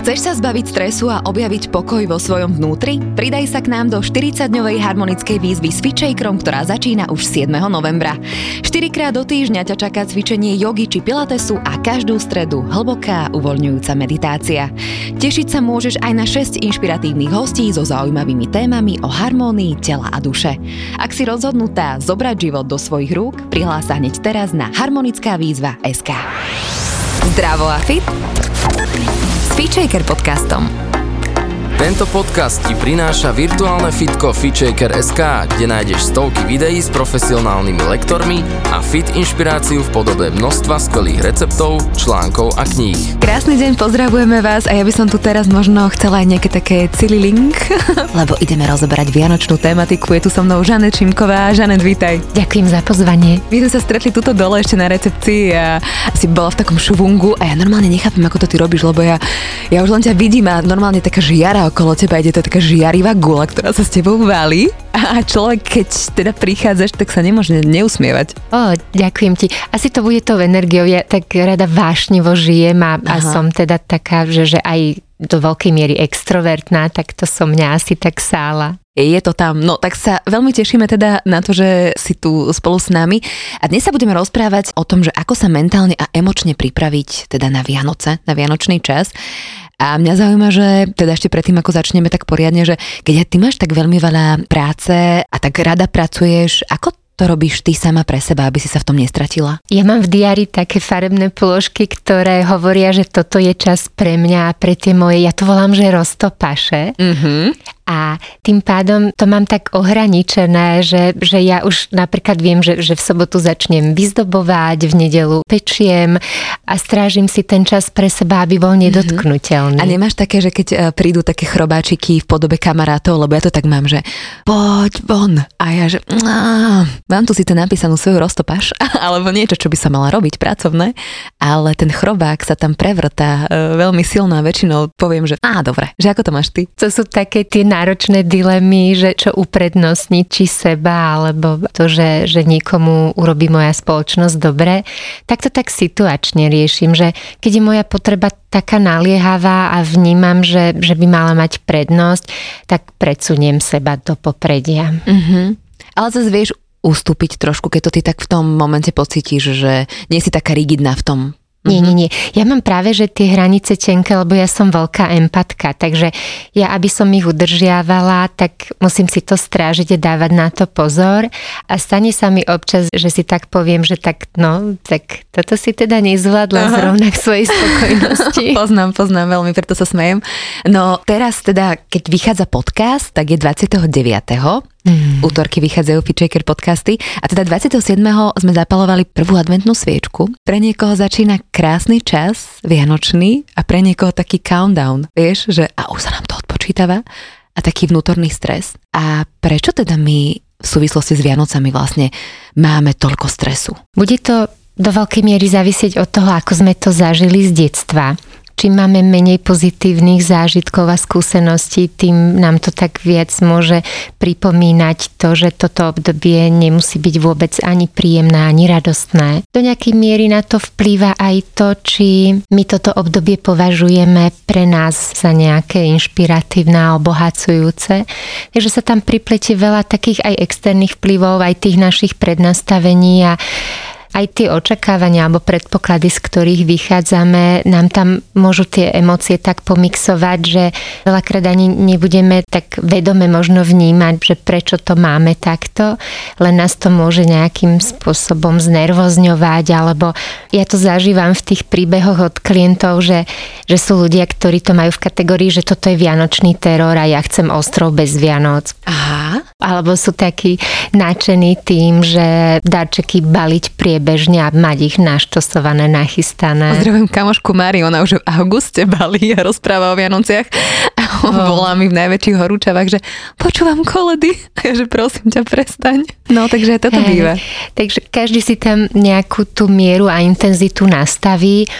Chceš sa zbaviť stresu a objaviť pokoj vo svojom vnútri? Pridaj sa k nám do 40-dňovej harmonickej výzvy s FitShakerom, ktorá začína už 7. novembra. 4-krát do týždňa ťa čaká cvičenie jogy či pilatesu a každú stredu hlboká uvoľňujúca meditácia. Tešiť sa môžeš aj na 6 inšpiratívnych hostí so zaujímavými témami o harmónii tela a duše. Ak si rozhodnutá zobrať život do svojich rúk, prihlás sa hneď teraz na harmonická-výzva.sk. Zdravo a fit s FitShaker podcastom. Tento podcast ti prináša virtuálne fitko FitShaker.sk, kde nájdeš stovky videí s profesionálnymi lektormi a fit inšpiráciu v podobe množstva skvelých receptov, článkov a kníh. Krásny deň, pozdravujeme vás a ja by som tu teraz možno chcela aj nejaké také cililing, lebo ideme rozoberať vianočnú tematiku. Je tu so mnou Žanet Šimková. Žanet, vítaj. Ďakujem za pozvanie. My sme sa stretli tuto dole ešte na recepcii a si bola v takom švungu a ja normálne nechápem, ako to ty robíš, lebo ja už len ťa vidím a normálne taká žiara okolo teba, ide to taká žiarivá gula, ktorá sa s tebou valí a človek, keď teda prichádzaš, tak sa nemôže neusmievať. Ďakujem ti. Asi to bude tou energiou, ja tak rada vášnivo žijem a som teda taká, že aj do veľkej miery extrovertná, tak to som mňa asi tak sála. Je to tam. No tak sa veľmi tešíme teda na to, že si tu spolu s nami a dnes sa budeme rozprávať o tom, že ako sa mentálne a emočne pripraviť teda na Vianoce, na vianočný čas. A mňa zaujíma, že teda ešte predtým, ako začneme tak poriadne, že keď ty máš tak veľmi veľa práce a tak rada pracuješ, ako to robíš ty sama pre seba, aby si sa v tom nestratila? Ja mám v diári také farebné pôžky, ktoré hovoria, že toto je čas pre mňa a pre tie moje, ja to volám, že roztopaše. A tým pádom to mám tak ohraničené, že ja už napríklad viem, že v sobotu začnem vyzdobovať, v nedeľu pečiem a strážim si ten čas pre seba, aby bol nedotknuteľný. A nemáš také, že keď prídu také chrobáčiky v podobe kamarátov, lebo ja to tak mám, že poď von. A ja, že mám tu síce napísanú svoju roztopaš, alebo niečo, čo by sa mala robiť pracovné, ale ten chrobák sa tam prevrtá veľmi silno a väčšinou poviem, že dobre, že ako to máš ty? To sú také tie náročné dilemy, že čo uprednostniť, či seba, alebo to, že niekomu urobí moja spoločnosť dobre, tak to tak situačne riešim, že keď je moja potreba taká naliehavá a vnímam, že by mala mať prednosť, tak predsuniem seba do popredia. Ale zase vieš ustúpiť trošku, keď to ty tak v tom momente pocítiš, že nie si taká rigidná v tom. Nie. Ja mám práve, že tie hranice tenké, lebo ja som veľká empatka, takže ja, aby som ich udržiavala, tak musím si to strážiť a dávať na to pozor a stane sa mi občas, že si tak poviem, že tak toto si teda nezvládla zrovna k svojej spokojnosti. Poznám veľmi, preto sa smejem. No teraz teda, keď vychádza podcast, tak je 29. Útorky vychádzajú FitShaker podcasty a teda 27. sme zapalovali prvú adventnú sviečku. Pre niekoho začína krásny čas, vianočný a pre niekoho taký countdown. Vieš, že už sa nám to odpočítava a taký vnútorný stres. A prečo teda my v súvislosti s Vianocami vlastne máme toľko stresu? Bude to do veľkej miery závisieť od toho, ako sme to zažili z detstva. Čím máme menej pozitívnych zážitkov a skúseností, tým nám to tak viac môže pripomínať to, že toto obdobie nemusí byť vôbec ani príjemné, ani radostné. Do nejakej miery na to vplýva aj to, či my toto obdobie považujeme pre nás za nejaké inšpiratívne a obohacujúce. Takže sa tam pripletie veľa takých aj externých vplyvov, aj tých našich prednastavení a aj tie očakávania alebo predpoklady, z ktorých vychádzame, nám tam môžu tie emócie tak pomixovať, že veľakrát ani nebudeme tak vedome možno vnímať, že prečo to máme takto, len nás to môže nejakým spôsobom znervozňovať, alebo ja to zažívam v tých príbehoch od klientov, že sú ľudia, ktorí to majú v kategórii, že toto je vianočný teror a ja chcem ostrov bez Vianoc. Alebo sú takí nadšení tým, že darčeky baliť priebežne a mať ich naštosované, nachystané. Pozdravujem kamošku Mári, ona už v auguste balí a rozpráva o Vianociach a volá mi v najväčších horúčavách, že počúvam koledy a ja, že prosím ťa, prestaň. No, takže toto býva. Takže každý si tam nejakú tú mieru a intenzitu nastaví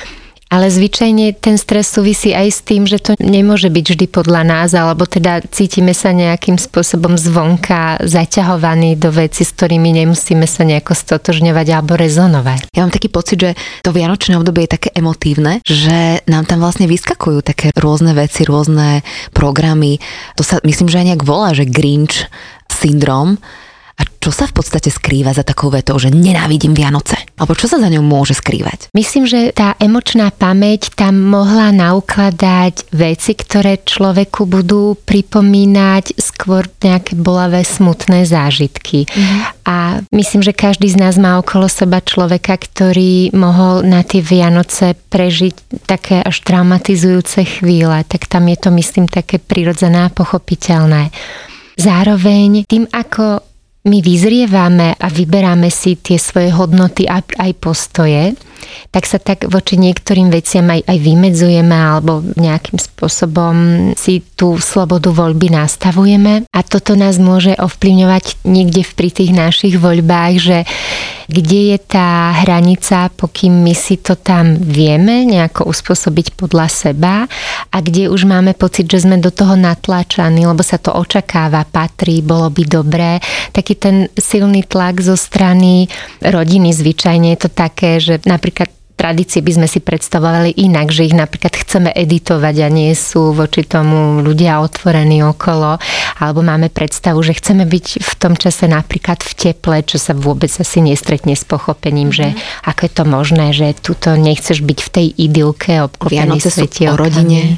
Ale zvyčajne ten stres súvisí aj s tým, že to nemôže byť vždy podľa nás, alebo teda cítime sa nejakým spôsobom zvonka zaťahovaní do veci, s ktorými nemusíme sa nejako stotožňovať alebo rezonovať. Ja mám taký pocit, že to vianočné obdobie je také emotívne, že nám tam vlastne vyskakujú také rôzne veci, rôzne programy. To sa myslím, že aj nejak volá, že Grinch syndrom. A čo sa v podstate skrýva za takou vetou, že nenávidím Vianoce? Alebo čo sa za ňou môže skrývať? Myslím, že tá emočná pamäť tam mohla naukladať veci, ktoré človeku budú pripomínať skôr nejaké bolavé, smutné zážitky. A myslím, že každý z nás má okolo seba človeka, ktorý mohol na tie Vianoce prežiť také až traumatizujúce chvíle. Tak tam je to, myslím, také prirodzené a pochopiteľné. Zároveň tým, ako my vyzrievame a vyberáme si tie svoje hodnoty a aj postoje, tak sa tak voči niektorým veciam aj vymedzujeme alebo nejakým spôsobom si tú slobodu voľby nastavujeme. A toto nás môže ovplyvňovať niekde pri tých našich voľbách, že kde je tá hranica, pokým my si to tam vieme nejako uspôsobiť podľa seba a kde už máme pocit, že sme do toho natláčaní, lebo sa to očakáva, patrí, bolo by dobré. Taký ten silný tlak zo strany rodiny zvyčajne je to také, že napríklad tradície by sme si predstavovali inak, že ich napríklad chceme editovať a nie sú voči tomu ľudia otvorení okolo, alebo máme predstavu, že chceme byť v tom čase napríklad v teple, čo sa vôbec asi nestretne s pochopením, že ako je to možné, že tuto nechceš byť v tej idylke obklopený svetielkami. O rodine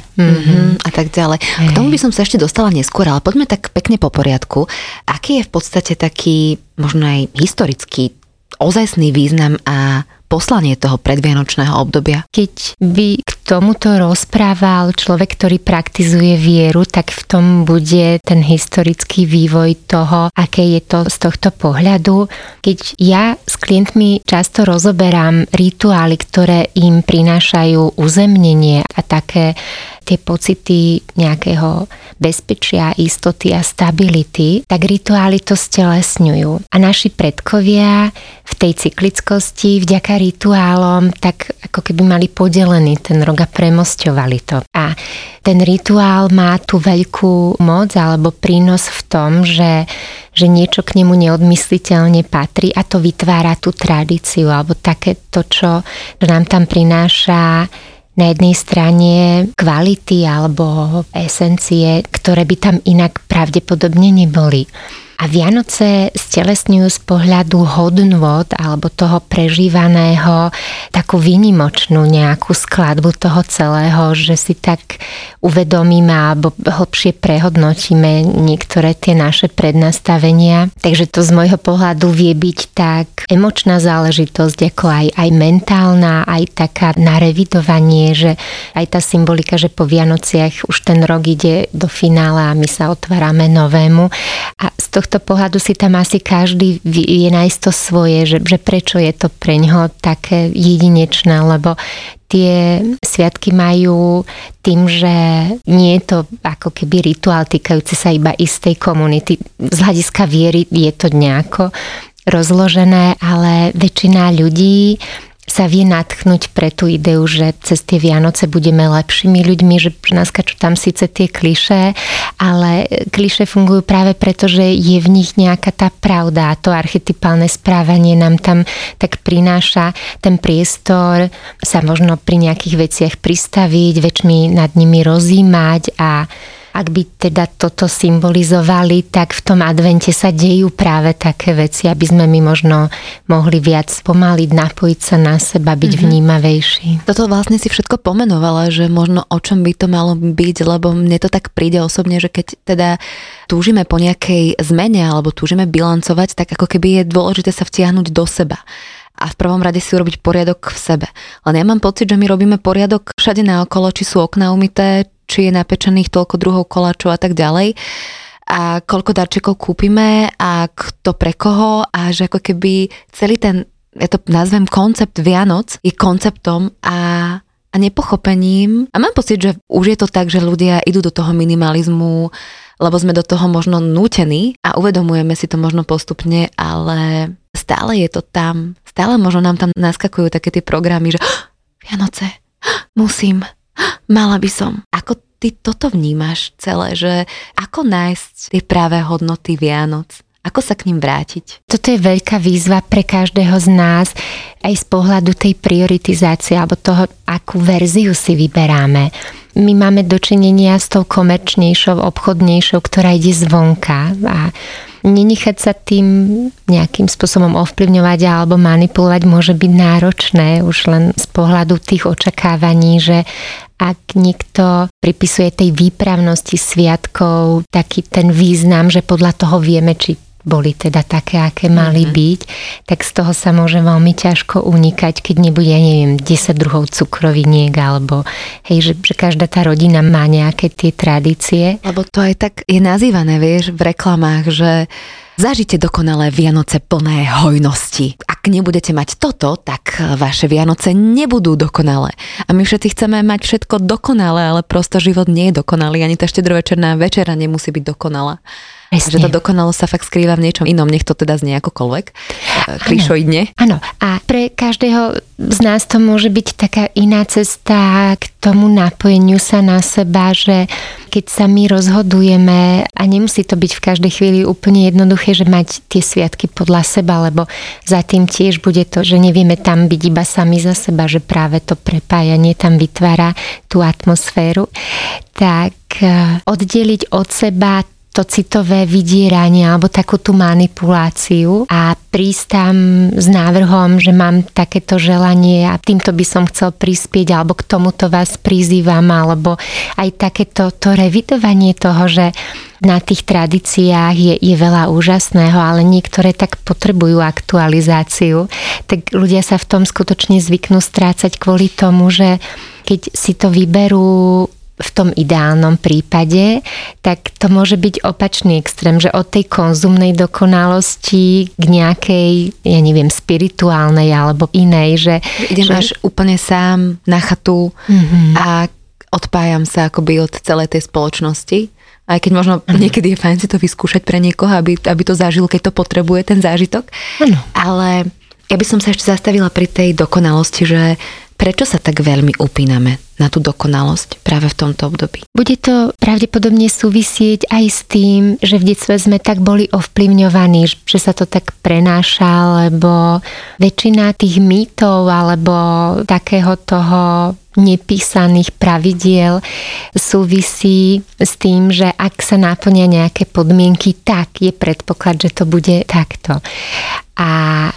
a tak ďalej. K tomu by som sa ešte dostala neskôr, ale poďme tak pekne po poriadku. Aký je v podstate taký možno aj historický ozajstný význam a poslanie toho predvianočného obdobia? Keď by k tomuto rozprával človek, ktorý praktizuje vieru, tak v tom bude ten historický vývoj toho, aké je to z tohto pohľadu. Keď ja s klientmi často rozoberám rituály, ktoré im prinášajú uzemnenie a také tie pocity nejakého bezpečia, istoty a stability, tak rituály to stelesňujú. A naši predkovia v tej cyklickosti vďaka rituálom tak ako keby mali podelený ten rok a premosťovali to. A ten rituál má tú veľkú moc alebo prínos v tom, že niečo k nemu neodmysliteľne patrí a to vytvára tú tradíciu alebo také to, čo nám tam prináša na jednej strane kvality alebo esencie, ktoré by tam inak pravdepodobne neboli. A Vianoce stelesňujú z pohľadu hodnôt alebo toho prežívaného takú výnimočnú nejakú skladbu toho celého, že si tak uvedomíme alebo hlbšie prehodnotíme niektoré tie naše prednastavenia. Takže to z môjho pohľadu vie byť tak emočná záležitosť, ako aj mentálna, aj taká na revidovanie, že aj tá symbolika, že po Vianociach už ten rok ide do finále a my sa otvárame novému. A z tohto pohľadu si tam asi každý je nájsť to svoje, že prečo je to preňho také jedinečné, lebo tie sviatky majú tým, že nie je to ako keby rituál týkajúci sa iba istej komunity. Z hľadiska viery je to nejako rozložené, ale väčšina ľudí sa vie natchnúť pre tú ideu, že cez tie Vianoce budeme lepšími ľuďmi, že naskačú tam síce tie klišé, ale klišé fungujú práve preto, že je v nich nejaká tá pravda a to archetypálne správanie nám tam tak prináša ten priestor sa možno pri nejakých veciach pristaviť, väčšmi nad nimi rozímať a ak by teda toto symbolizovali, tak v tom advente sa dejú práve také veci, aby sme my možno mohli viac pomaliť, napojiť sa na seba, byť vnímavejší. Toto vlastne si všetko pomenovala, že možno o čom by to malo byť, lebo mne to tak príde osobne, že keď teda túžime po nejakej zmene alebo túžime bilancovať, tak ako keby je dôležité sa vtiahnuť do seba. A v prvom rade si urobiť poriadok v sebe. Len ja mám pocit, že my robíme poriadok všade naokolo, či sú okná umyté, či je napečených toľko druhov koláčov a tak ďalej. A koľko darčekov kúpime a kto pre koho a že ako keby celý ten, ja to nazvem koncept Vianoc, je konceptom a nepochopením. A mám pocit, že už je to tak, že ľudia idú do toho minimalizmu, lebo sme do toho možno nútení a uvedomujeme si to možno postupne, ale stále je to tam. Stále možno nám tam naskakujú také tie programy, že Vianoce, mala by som. Ako ty toto vnímaš celé, že ako nájsť tie práve hodnoty Vianoc? Ako sa k ním vrátiť? Toto je veľká výzva pre každého z nás, aj z pohľadu tej prioritizácie alebo toho, akú verziu si vyberáme. My máme dočinenia s tou komerčnejšou, obchodnejšou, ktorá ide zvonka a nenechať sa tým nejakým spôsobom ovplyvňovať alebo manipulovať môže byť náročné už len z pohľadu tých očakávaní, že ak niekto pripisuje tej výpravnosti sviatkov taký ten význam, že podľa toho vieme, či boli teda také, aké mali byť, tak z toho sa môže veľmi ťažko unikať, keď nebude, 10 druhov cukroviniek, alebo že každá tá rodina má nejaké tie tradície. Lebo to aj tak je nazývané, vieš, v reklamách, že zažite dokonalé Vianoce plné hojnosti. Ak nebudete mať toto, tak vaše Vianoce nebudú dokonalé. A my všetci chceme mať všetko dokonalé, ale prosto život nie je dokonalý. Ani tá štedrovečerná večera nemusí byť dokonalá. Že tá dokonalosť sa fakt skrýva v niečom inom, nech to teda znie akokoľvek, klišoidne. Áno, a pre každého z nás to môže byť taká iná cesta k tomu napojeniu sa na seba, že keď sa my rozhodujeme, a nemusí to byť v každej chvíli úplne jednoduché, že mať tie sviatky podľa seba, lebo za tým tiež bude to, že nevieme tam byť iba sami za seba, že práve to prepájanie tam vytvára tú atmosféru, tak oddeliť od seba to citové vydieranie alebo takú tú manipuláciu a prísť tam s návrhom, že mám takéto želanie a týmto by som chcel prispieť alebo k tomuto vás prizývam, alebo aj takéto to revidovanie toho, že na tých tradíciách je veľa úžasného, ale niektoré tak potrebujú aktualizáciu, tak ľudia sa v tom skutočne zvyknú strácať kvôli tomu, že keď si to vyberú v tom ideálnom prípade, tak to môže byť opačný extrém, že od tej konzumnej dokonalosti k nejakej, spirituálnej alebo inej, že idem až úplne sám na chatu a odpájam sa akoby od celej tej spoločnosti. Aj keď možno niekedy je fajn si to vyskúšať pre niekoho, aby to zažil, keď to potrebuje, ten zážitok. Ale ja by som sa ešte zastavila pri tej dokonalosti, že prečo sa tak veľmi upíname na tú dokonalosť práve v tomto období? Bude to pravdepodobne súvisieť aj s tým, že v detstve sme tak boli ovplyvňovaní, že sa to tak prenáša, lebo väčšina tých mýtov alebo takého toho nepísaných pravidiel súvisí s tým, že ak sa naplnia nejaké podmienky, tak je predpoklad, že to bude takto. A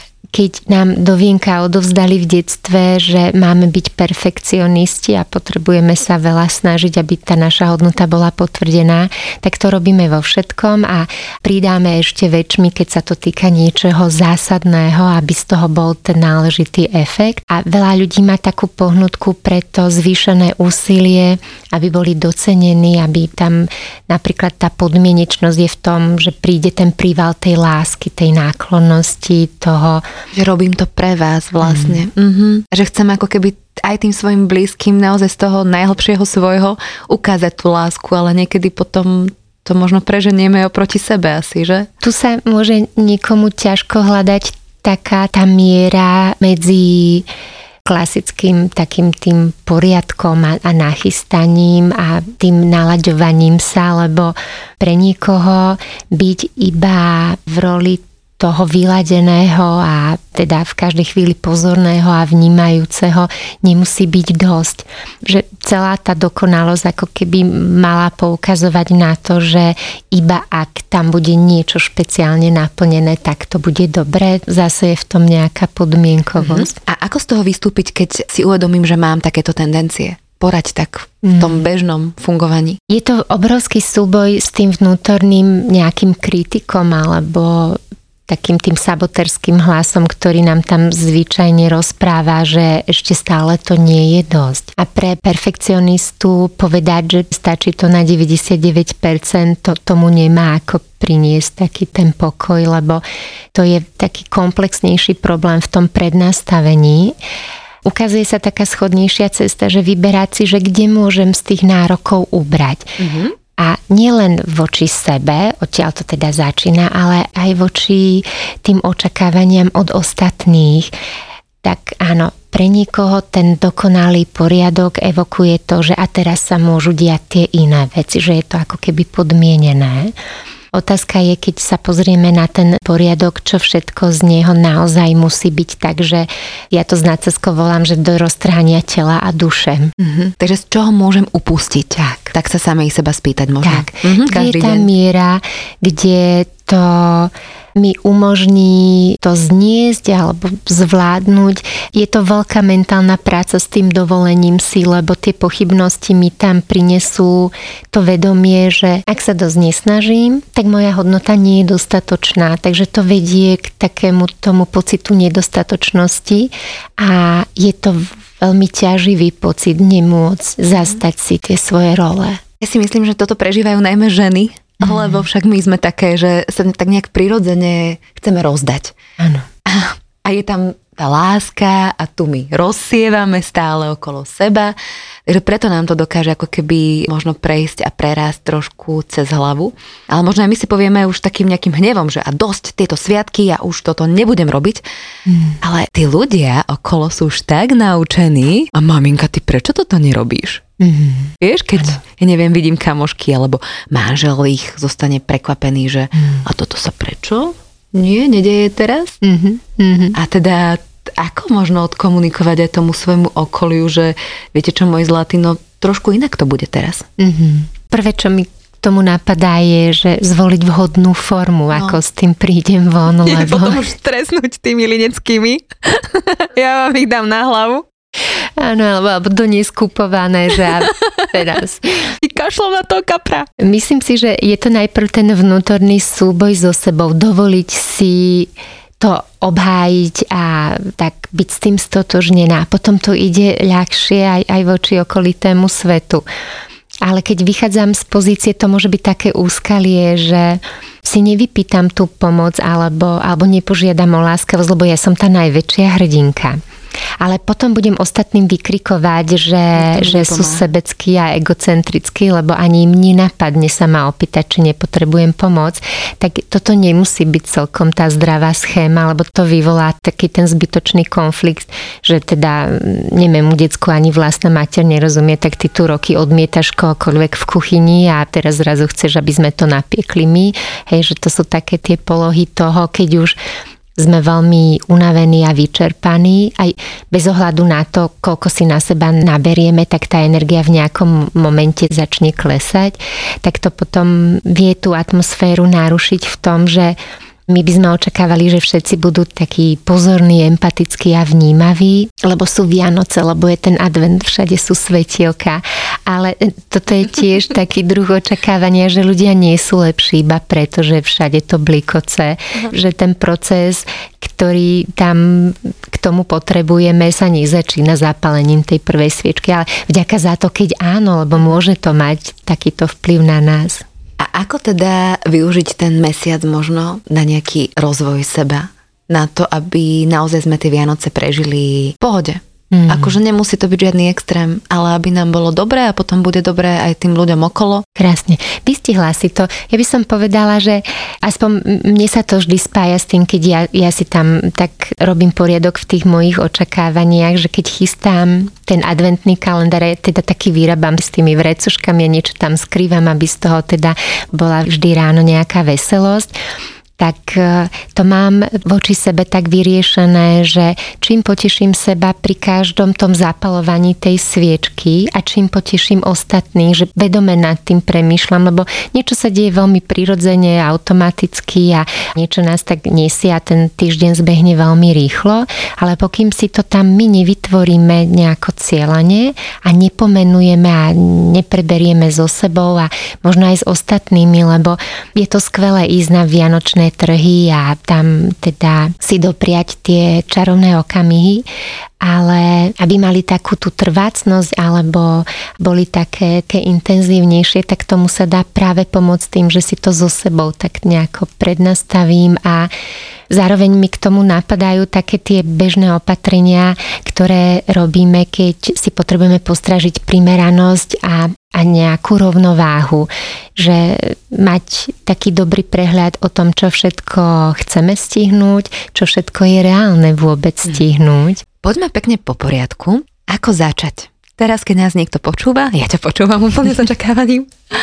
keď nám do vienka odovzdali v detstve, že máme byť perfekcionisti a potrebujeme sa veľa snažiť, aby tá naša hodnota bola potvrdená, tak to robíme vo všetkom a pridáme ešte väčšmi, keď sa to týka niečoho zásadného, aby z toho bol ten náležitý efekt. A veľa ľudí má takú pohnutku pre to zvýšené úsilie, aby boli docenení, aby tam napríklad tá podmienečnosť je v tom, že príde ten príval tej lásky, tej náklonnosti, toho, že robím to pre vás vlastne. Že chcem ako keby aj tým svojim blízkym naozaj z toho najhlbšieho svojho ukázať tú lásku, ale niekedy potom to možno preženieme oproti sebe asi, že? Tu sa môže niekomu ťažko hľadať taká tá miera medzi klasickým takým tým poriadkom a nachystaním a tým nalaďovaním sa, lebo pre niekoho byť iba v roli toho vyladeného a teda v každej chvíli pozorného a vnímajúceho nemusí byť dosť. Že celá tá dokonalosť ako keby mala poukazovať na to, že iba ak tam bude niečo špeciálne naplnené, tak to bude dobré. Zase je v tom nejaká podmienkovosť. A ako z toho vystúpiť, keď si uvedomím, že mám takéto tendencie? Poraď tak v tom bežnom fungovaní. Je to obrovský súboj s tým vnútorným nejakým kritikom alebo takým tým saboterským hlasom, ktorý nám tam zvyčajne rozpráva, že ešte stále to nie je dosť. A pre perfekcionistu povedať, že stačí to na 99%, to tomu nemá ako priniesť taký ten pokoj, lebo to je taký komplexnejší problém v tom prednastavení. Ukazuje sa taká schodnejšia cesta, že vyberať si, že kde môžem z tých nárokov ubrať. A nielen voči sebe, odtiaľ to teda začína, ale aj voči tým očakávaniam od ostatných. Tak áno, pre niekoho ten dokonalý poriadok evokuje to, že a teraz sa môžu diať tie iné veci, že je to ako keby podmienené. Otázka je, keď sa pozrieme na ten poriadok, čo všetko z neho naozaj musí byť tak, že ja to s nácezkou volám, že do roztrhania tela a duše. Takže z čoho môžem upustiť? Tak sa samej seba spýtať možno. Tak. Je tá miera, kde to mi umožní to zniesť alebo zvládnuť. Je to veľká mentálna práca s tým dovolením si, lebo tie pochybnosti mi tam prinesú to vedomie, že ak sa dosť nesnažím, tak moja hodnota nie je dostatočná. Takže to vedie k takému tomu pocitu nedostatočnosti a je to veľmi ťaživý pocit nemôcť zastať si tie svoje role. Ja si myslím, že toto prežívajú najmä ženy, lebo však my sme také, že sa tak nejak prirodzene chceme rozdať. Áno. A je tam tá láska a tu my rozsievame stále okolo seba. Takže preto nám to dokáže ako keby možno prejsť a prerásť trošku cez hlavu. Ale možno aj my si povieme už takým nejakým hnevom, že a dosť tieto sviatky, ja už toto nebudem robiť. Ale tí ľudia okolo sú už tak naučení. A maminka, ty prečo toto nerobíš? Vieš, keď, ja neviem, vidím kamošky, alebo manžel ich zostane prekvapený, že a toto sa prečo? Nie, nedeje teraz? A teda, ako možno odkomunikovať aj tomu svojmu okoliu, že viete čo, môj zlatý, no trošku inak to bude teraz. Prvé, čo mi tomu napadá, je, že zvoliť vhodnú formu, ako s tým prídem von, lebo... Potom už stresnúť tými lineckými. Ja vám ich dám na hlavu. Áno, alebo do neskupované, že teraz. I kašlom na toho kapra. Myslím si, že je to najprv ten vnútorný súboj so sebou, dovoliť si to obhájiť a tak byť s tým stotožnená. Potom to ide ľahšie aj voči okolitému svetu. Ale keď vychádzam z pozície, to môže byť také úskalie, že si nevypýtam tú pomoc alebo nepožiadam o láskavosť, lebo ja som tá najväčšia hrdinka. Ale potom budem ostatným vykrikovať, že sú sebeckí a egocentrickí, lebo ani im nenapadne sa ma opýtať, či nepotrebujem pomoc. Tak toto nemusí byť celkom tá zdravá schéma, lebo to vyvolá taký ten zbytočný konflikt, že teda nemému decku ani vlastná mater nerozumie, tak ty tu roky odmietaš kohokoľvek v kuchyni a teraz zrazu chceš, aby sme to napiekli my. Hej, že to sú také tie polohy toho, keď už sme veľmi unavení a vyčerpaní, aj bez ohľadu na to, koľko si na seba naberieme, tak tá energia v nejakom momente začne klesať, tak to potom vie tú atmosféru narušiť v tom, že my by sme očakávali, že všetci budú takí pozorní, empatickí a vnímaví, lebo sú Vianoce, lebo je ten advent, všade sú svetielka. Ale toto je tiež taký druh očakávania, že ľudia nie sú lepší iba preto, že všade to blikoce, že ten proces, ktorý tam k tomu potrebujeme, sa nezačína zapálením tej prvej sviečky, ale vďaka za to, keď áno, lebo môže to mať takýto vplyv na nás. A ako teda využiť ten mesiac možno na nejaký rozvoj seba? Na to, aby naozaj sme tie Vianoce prežili v pohode. Akože nemusí to byť žiadny extrém, ale aby nám bolo dobré a potom bude dobré aj tým ľuďom okolo. Krásne. Vystihla si to. Ja by som povedala, že aspoň mne sa to vždy spája s tým, keď ja si tam tak robím poriadok v tých mojich očakávaniach, že keď chystám ten adventný kalendár, teda taký vyrábam s tými vrecuškami a niečo tam skrývam, aby z toho teda bola vždy ráno nejaká veselosť, tak to mám voči sebe tak vyriešené, že čím poteším seba pri každom tom zapalovaní tej sviečky a čím poteším ostatných, že vedome nad tým premýšľam, lebo niečo sa deje veľmi prirodzene, automaticky a niečo nás tak nesie a ten týždeň zbehne veľmi rýchlo, ale pokým si to tam my nevytvoríme nejako cieľane a nepomenujeme a nepreberieme so sebou a možno aj s ostatnými, lebo je to skvelé ísť na vianočné trhy a tam teda si dopriať tie čarovné okamihy, ale aby mali takú tú trvácnosť alebo boli také intenzívnejšie, tak tomu sa dá práve pomôcť tým, že si to so sebou tak nejako prednastavím a zároveň mi k tomu napadajú také tie bežné opatrenia, ktoré robíme, keď si potrebujeme postražiť primeranosť a nejakú rovnováhu, že mať taký dobrý prehľad o tom, čo všetko chceme stihnúť, čo všetko je reálne vôbec stihnúť. Poďme pekne po poriadku. Ako začať? Teraz, keď nás niekto počúva, ja ťa počúvam úplne s očakávaním.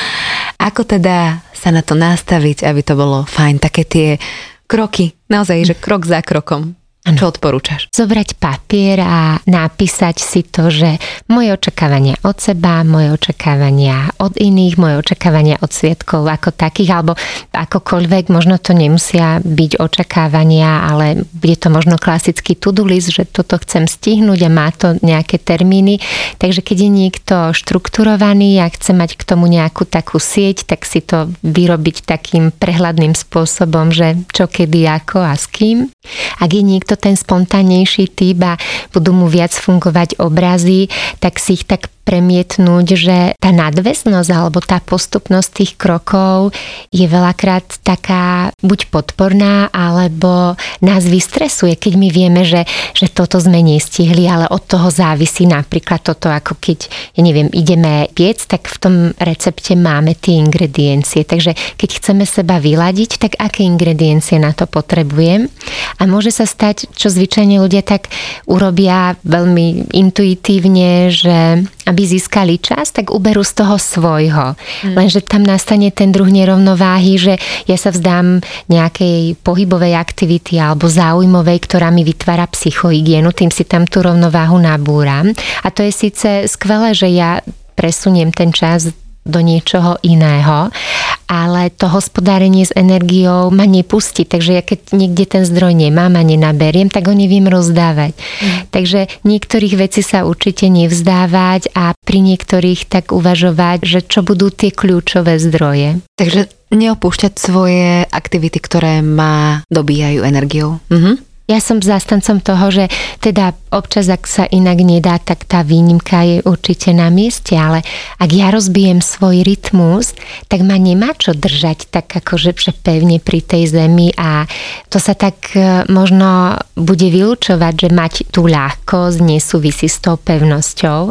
Ako teda sa na to nastaviť, aby to bolo fajn? Také tie kroky, naozaj, že krok za krokom. Čo odporúčaš? Zobrať papier a napísať si to, že moje očakávania od seba, moje očakávania od iných, moje očakávania od sviatkov ako takých, alebo akokoľvek, možno to nemusia byť očakávania, ale bude to možno klasický to-do list, že toto chcem stihnúť a má to nejaké termíny. Takže keď je niekto štrukturovaný a chce mať k tomu nejakú takú sieť, tak si to vyrobiť takým prehľadným spôsobom, že čo, kedy, ako a s kým. Ak je niekto ten spontánnejší typ a budú mu viac fungovať obrazy, tak si ich tak premietnúť, že tá nadväznosť alebo tá postupnosť tých krokov je veľakrát taká buď podporná, alebo nás vystresuje, keď my vieme, že toto sme nestihli, ale od toho závisí napríklad toto, ako keď, ja neviem, ideme piec, tak v tom recepte máme tie ingrediencie. Takže keď chceme seba vyladiť, tak aké ingrediencie na to potrebujem? A môže sa stať, čo zvyčajne ľudia tak urobia veľmi intuitívne, že aby získali čas, tak uberú z toho svojho. Lenže tam nastane ten druh nerovnováhy, že ja sa vzdám nejakej pohybovej aktivity alebo záujmovej, ktorá mi vytvára psychohygienu, tým si tam tú rovnováhu nabúram. A to je síce skvelé, že ja presuniem ten čas do niečoho iného, ale to hospodárenie s energiou ma nepustí, takže ja keď niekde ten zdroj nemám a nenaberiem, tak ho neviem rozdávať. Takže niektorých vecí sa určite nevzdávať a pri niektorých tak uvažovať, že čo budú tie kľúčové zdroje. Takže neopúšťať svoje aktivity, ktoré ma dobíjajú energiou. Ja som zástancom toho, že teda občas, ak sa inak nedá, tak tá výnimka je určite na mieste, ale ak ja rozbijem svoj rytmus, tak ma nemá čo držať tak akože pevne pri tej zemi a to sa tak možno bude vylúčovať, že mať tú ľahkosť nesúvisí s tou pevnosťou,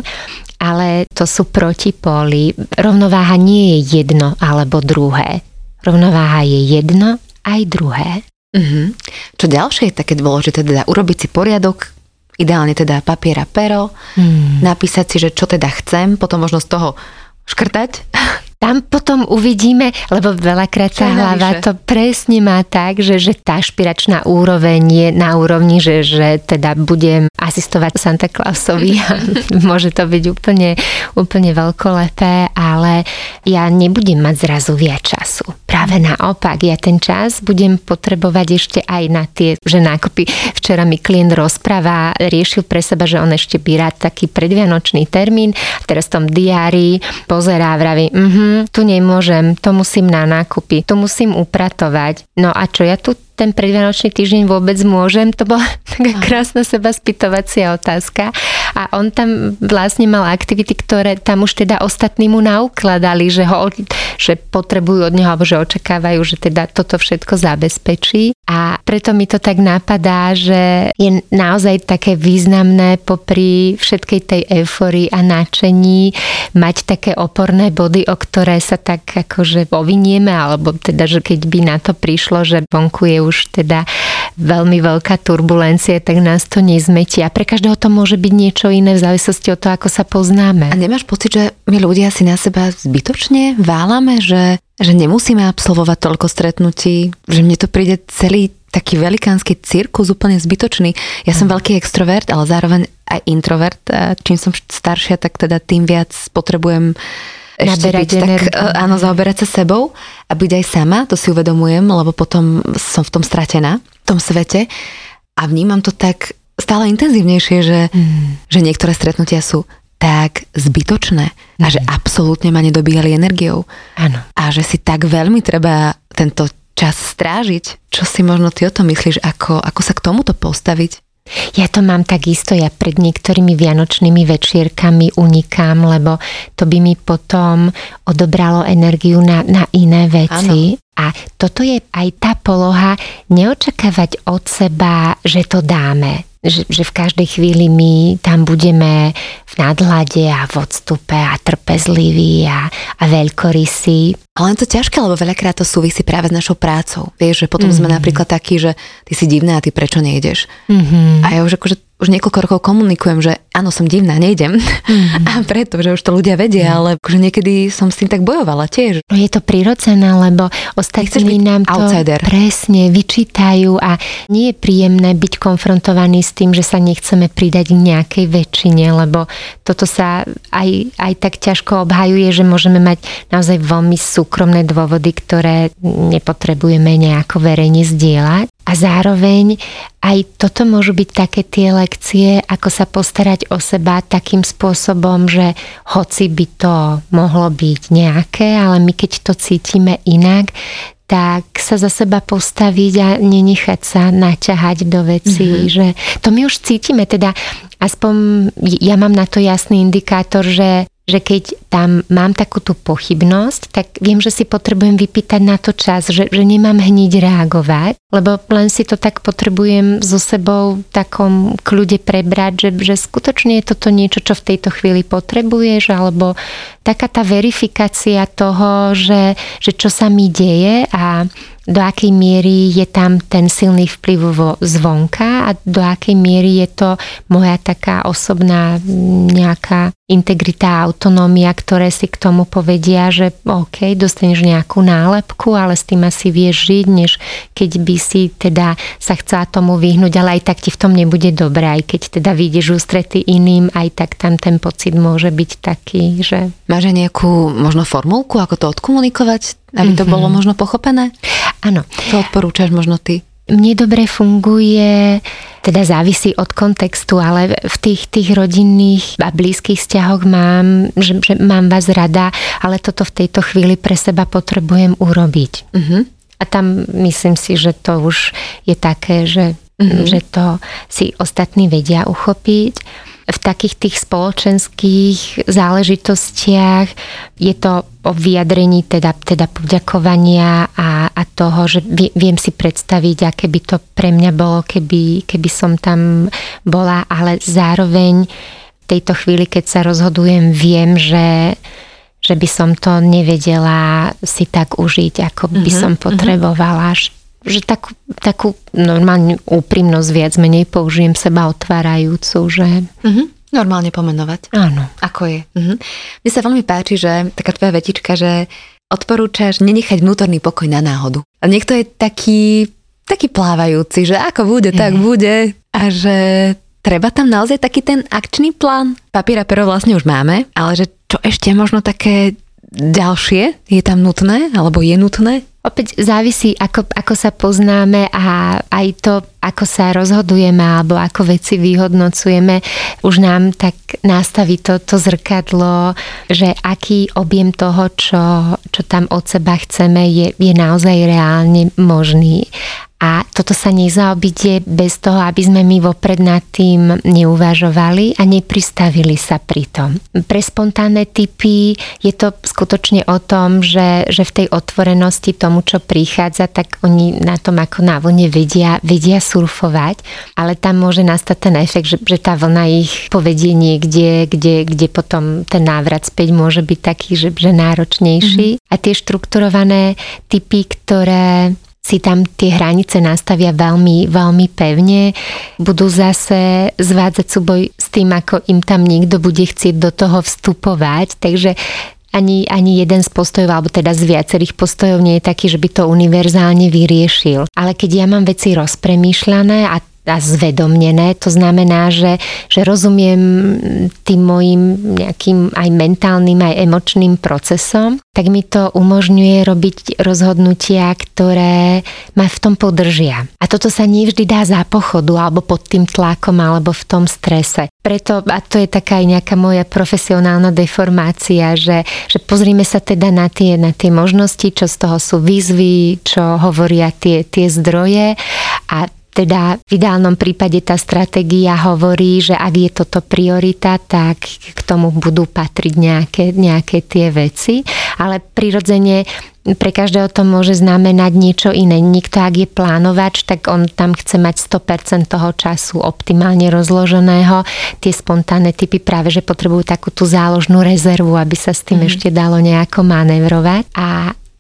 ale to sú protipóly. Rovnováha nie je jedno alebo druhé. Rovnováha je jedno aj druhé. Čo ďalšie je také dôležité, teda urobiť si poriadok, ideálne teda papier a pero, napísať si, že čo teda chcem, potom možno z toho škrtať. Tam potom uvidíme, lebo veľakrát tá hlava to presne má tak, že tá špiračná úroveň je na úrovni, že teda budem asistovať Santa Clausovi a môže to byť úplne veľkolepé, ale ja nebudem mať zrazu viac času. Práve naopak, ja ten čas budem potrebovať ešte aj na tie, že nákupy. Včera mi klient rozpráva, riešil pre seba, že on ešte by rád taký predvianočný termín, a teraz v tom diári pozerá, vraví, tu nemôžem, to musím na nákupy, to musím upratovať. No a čo ja tu ten predvianočný týždeň vôbec môžem? To bola taká krásna seba spýtovacia otázka. A on tam vlastne mal aktivity, ktoré tam už teda ostatní mu naukladali, že potrebujú od neho, alebo že očakávajú, že teda toto všetko zabezpečí. A preto mi to tak napadá, že je naozaj také významné popri všetkej tej eufórii a nadšení mať také oporné body, o ktoré sa tak akože povinieme, alebo teda, že keď by na to prišlo, že vonku je už teda veľmi veľká turbulencia, tak nás to nezmetí. A pre každého to môže byť niečo iné v závislosti od toho, ako sa poznáme. A nemáš pocit, že my ľudia si na seba zbytočne válame, že nemusíme absolvovať toľko stretnutí, že mne to príde celý taký velikánsky cirkus úplne zbytočný. Ja som veľký extrovert, ale zároveň aj introvert. A čím som staršia, tak teda tým viac potrebujem ešte byť áno, zaoberať sa sebou a byť aj sama, to si uvedomujem, lebo potom som v tom stratená, v tom svete a vnímam to tak stále intenzívnejšie, že niektoré stretnutia sú tak zbytočné a že absolútne ma nedobíjali energiou. Áno. A že si tak veľmi treba tento čas strážiť. Čo si možno ty o tom myslíš, ako sa k tomuto postaviť? Ja to mám takisto, ja pred niektorými vianočnými večierkami unikám, lebo to by mi potom odobralo energiu na iné veci. Ano. A toto je aj tá poloha neočakávať od seba, že to dáme. Že v každej chvíli my tam budeme v nadhľade a v odstupe a trpezliví a veľkorysí. Ale je to ťažké, lebo veľakrát to súvisí práve s našou prácou. Vieš, že potom sme napríklad takí, že ty si divná a ty prečo nejdeš? A ja už akože už niekoľko rokov komunikujem, že áno, som divná, nejdem. A preto, že už to ľudia vedia, ale akože niekedy som s tým tak bojovala tiež. Je to prirodzené, lebo ostatní nám to outsider. Presne vyčítajú a nie je príjemné byť konfrontovaný s tým, že sa nechceme pridať k nejakej väčšine, lebo toto sa aj tak ťažko obhajuje, že môžeme mať naozaj veľmi súkromné dôvody, ktoré nepotrebujeme nejako verejne zdieľať. A zároveň aj toto môžu byť také tie lekcie, ako sa postarať o seba takým spôsobom, že hoci by to mohlo byť nejaké, ale my keď to cítime inak, tak sa za seba postaviť a nenechať sa naťahať do vecí, že to my už cítime, teda aspoň ja mám na to jasný indikátor, že keď tam mám takú tú pochybnosť, tak viem, že si potrebujem vypýtať na to čas, že nemám hneď reagovať, lebo len si to tak potrebujem so sebou v takom kľude prebrať, že skutočne je toto niečo, čo v tejto chvíli potrebuješ, alebo taká tá verifikácia toho, že čo sa mi deje a do akej miery je tam ten silný vplyv zvonka a do akej miery je to moja taká osobná nejaká integrita, autonómia, ktoré si k tomu povedia, že OK, dostaneš nejakú nálepku, ale s tým asi vieš žiť, než keď by si teda sa chcela tomu vyhnúť, ale aj tak ti v tom nebude dobré, aj keď teda vyjdeš ústrety iným, aj tak tam ten pocit môže byť taký, že... Máš aj nejakú možno formulku, ako to odkomunikovať, aby to bolo možno pochopené? Áno. Čo odporúčaš možno ty? Mne dobre funguje, teda závisí od kontextu, ale v tých rodinných a blízkych vzťahoch mám, že mám vás rada, ale toto v tejto chvíli pre seba potrebujem urobiť. A tam myslím si, že to už je také, že to si ostatní vedia uchopiť. V takých tých spoločenských záležitostiach je to o vyjadrení teda poďakovania a toho, že viem si predstaviť, aké by to pre mňa bolo, keby som tam bola, ale zároveň v tejto chvíli, keď sa rozhodujem, viem, že by som to nevedela si tak užiť, ako by som potrebovala. Že takú normálne úprimnosť viac menej použijem seba otvárajúcu, že... Normálne pomenovať. Áno. Ako je. Mne sa veľmi páči, že taká tvoja vetička, že odporúčaš nenechať vnútorný pokoj na náhodu. A niekto je taký plávajúci, že ako bude, tak bude. A že treba tam naozaj taký ten akčný plán. Papier a pero vlastne už máme, ale že čo ešte možno také ďalšie je tam nutné, alebo je nutné? Opäť závisí, ako sa poznáme a aj to, ako sa rozhodujeme alebo ako veci vyhodnocujeme, už nám tak nastaví to zrkadlo, že aký objem toho, čo tam od seba chceme, je naozaj reálne možný. A toto sa nezaobíde bez toho, aby sme my vopred nad tým neuvažovali a nepristavili sa pri tom. Pre spontánne typy je to skutočne o tom, že v tej otvorenosti tomu, čo prichádza, tak oni na tom ako na vlne vedia surfovať, ale tam môže nastať ten efekt, že tá vlna ich povedie niekde, kde potom ten návrat späť môže byť taký, že náročnejší. A tie štrukturované typy, ktoré si tam tie hranice nastavia veľmi, veľmi pevne, budú zase zvádzať súboj s tým, ako im tam niekto bude chcieť do toho vstupovať, takže ani jeden z postojov, alebo teda z viacerých postojov nie je taký, že by to univerzálne vyriešil. Ale keď ja mám veci rozpremýšľané a zvedomnené, to znamená, že rozumiem tým mojim nejakým aj mentálnym, aj emočným procesom, tak mi to umožňuje robiť rozhodnutia, ktoré ma v tom podržia. A toto sa nevždy dá za pochodu, alebo pod tým tlakom, alebo v tom strese. Preto, a to je taká aj nejaká moja profesionálna deformácia, že pozrime sa teda na tie možnosti, čo z toho sú výzvy, čo hovoria tie zdroje a teda v ideálnom prípade tá stratégia hovorí, že ak je toto priorita, tak k tomu budú patriť nejaké tie veci. Ale prirodzene pre každého to môže znamenať niečo iné. Niekto, ak je plánovač, tak on tam chce mať 100% toho času optimálne rozloženého. Tie spontánne typy práve, že potrebujú takú tú záložnú rezervu, aby sa s tým ešte dalo nejako manévrovať. A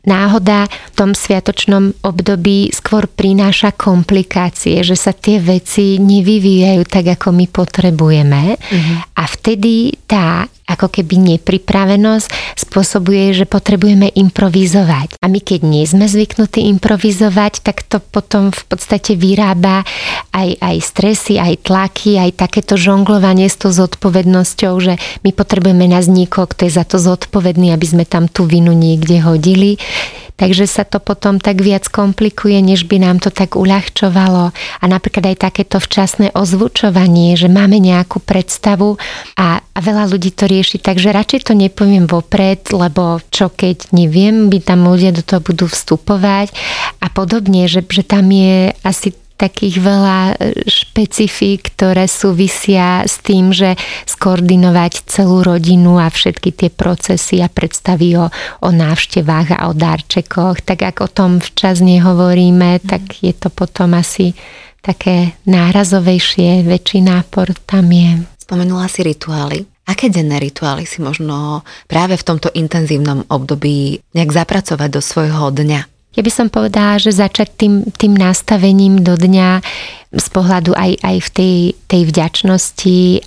náhoda v tom sviatočnom období skôr prináša komplikácie, že sa tie veci nevyvíjajú tak, ako my potrebujeme. A vtedy tá ako keby nepripravenosť spôsobuje, že potrebujeme improvizovať. A my keď nie sme zvyknutí improvizovať, tak to potom v podstate vyrába aj stresy, aj tlaky, aj takéto žonglovanie s tou zodpovednosťou, že my potrebujeme nájsť niekoho, kto je za to zodpovedný, aby sme tam tú vinu niekde hodili. Takže sa to potom tak viac komplikuje, než by nám to tak uľahčovalo. A napríklad aj takéto včasné ozvučovanie, že máme nejakú predstavu a veľa ľudí to rieši, takže radšej to nepoviem vopred, lebo čo keď neviem, by tam ľudia do toho budú vstupovať a podobne, že tam je asi takých veľa špecifík, ktoré súvisia s tým, že skoordinovať celú rodinu a všetky tie procesy a predstavy o návštevách a o darčekoch. Tak ak o tom včas nehovoríme, tak je to potom asi také nárazovejšie, väčší nápor tam je. Spomenula si rituály. Aké denné rituály si možno práve v tomto intenzívnom období nejak zapracovať do svojho dňa? Ja by som povedala, že začať tým nastavením do dňa z pohľadu aj v tej vďačnosti,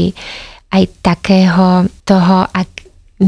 aj takého toho, ak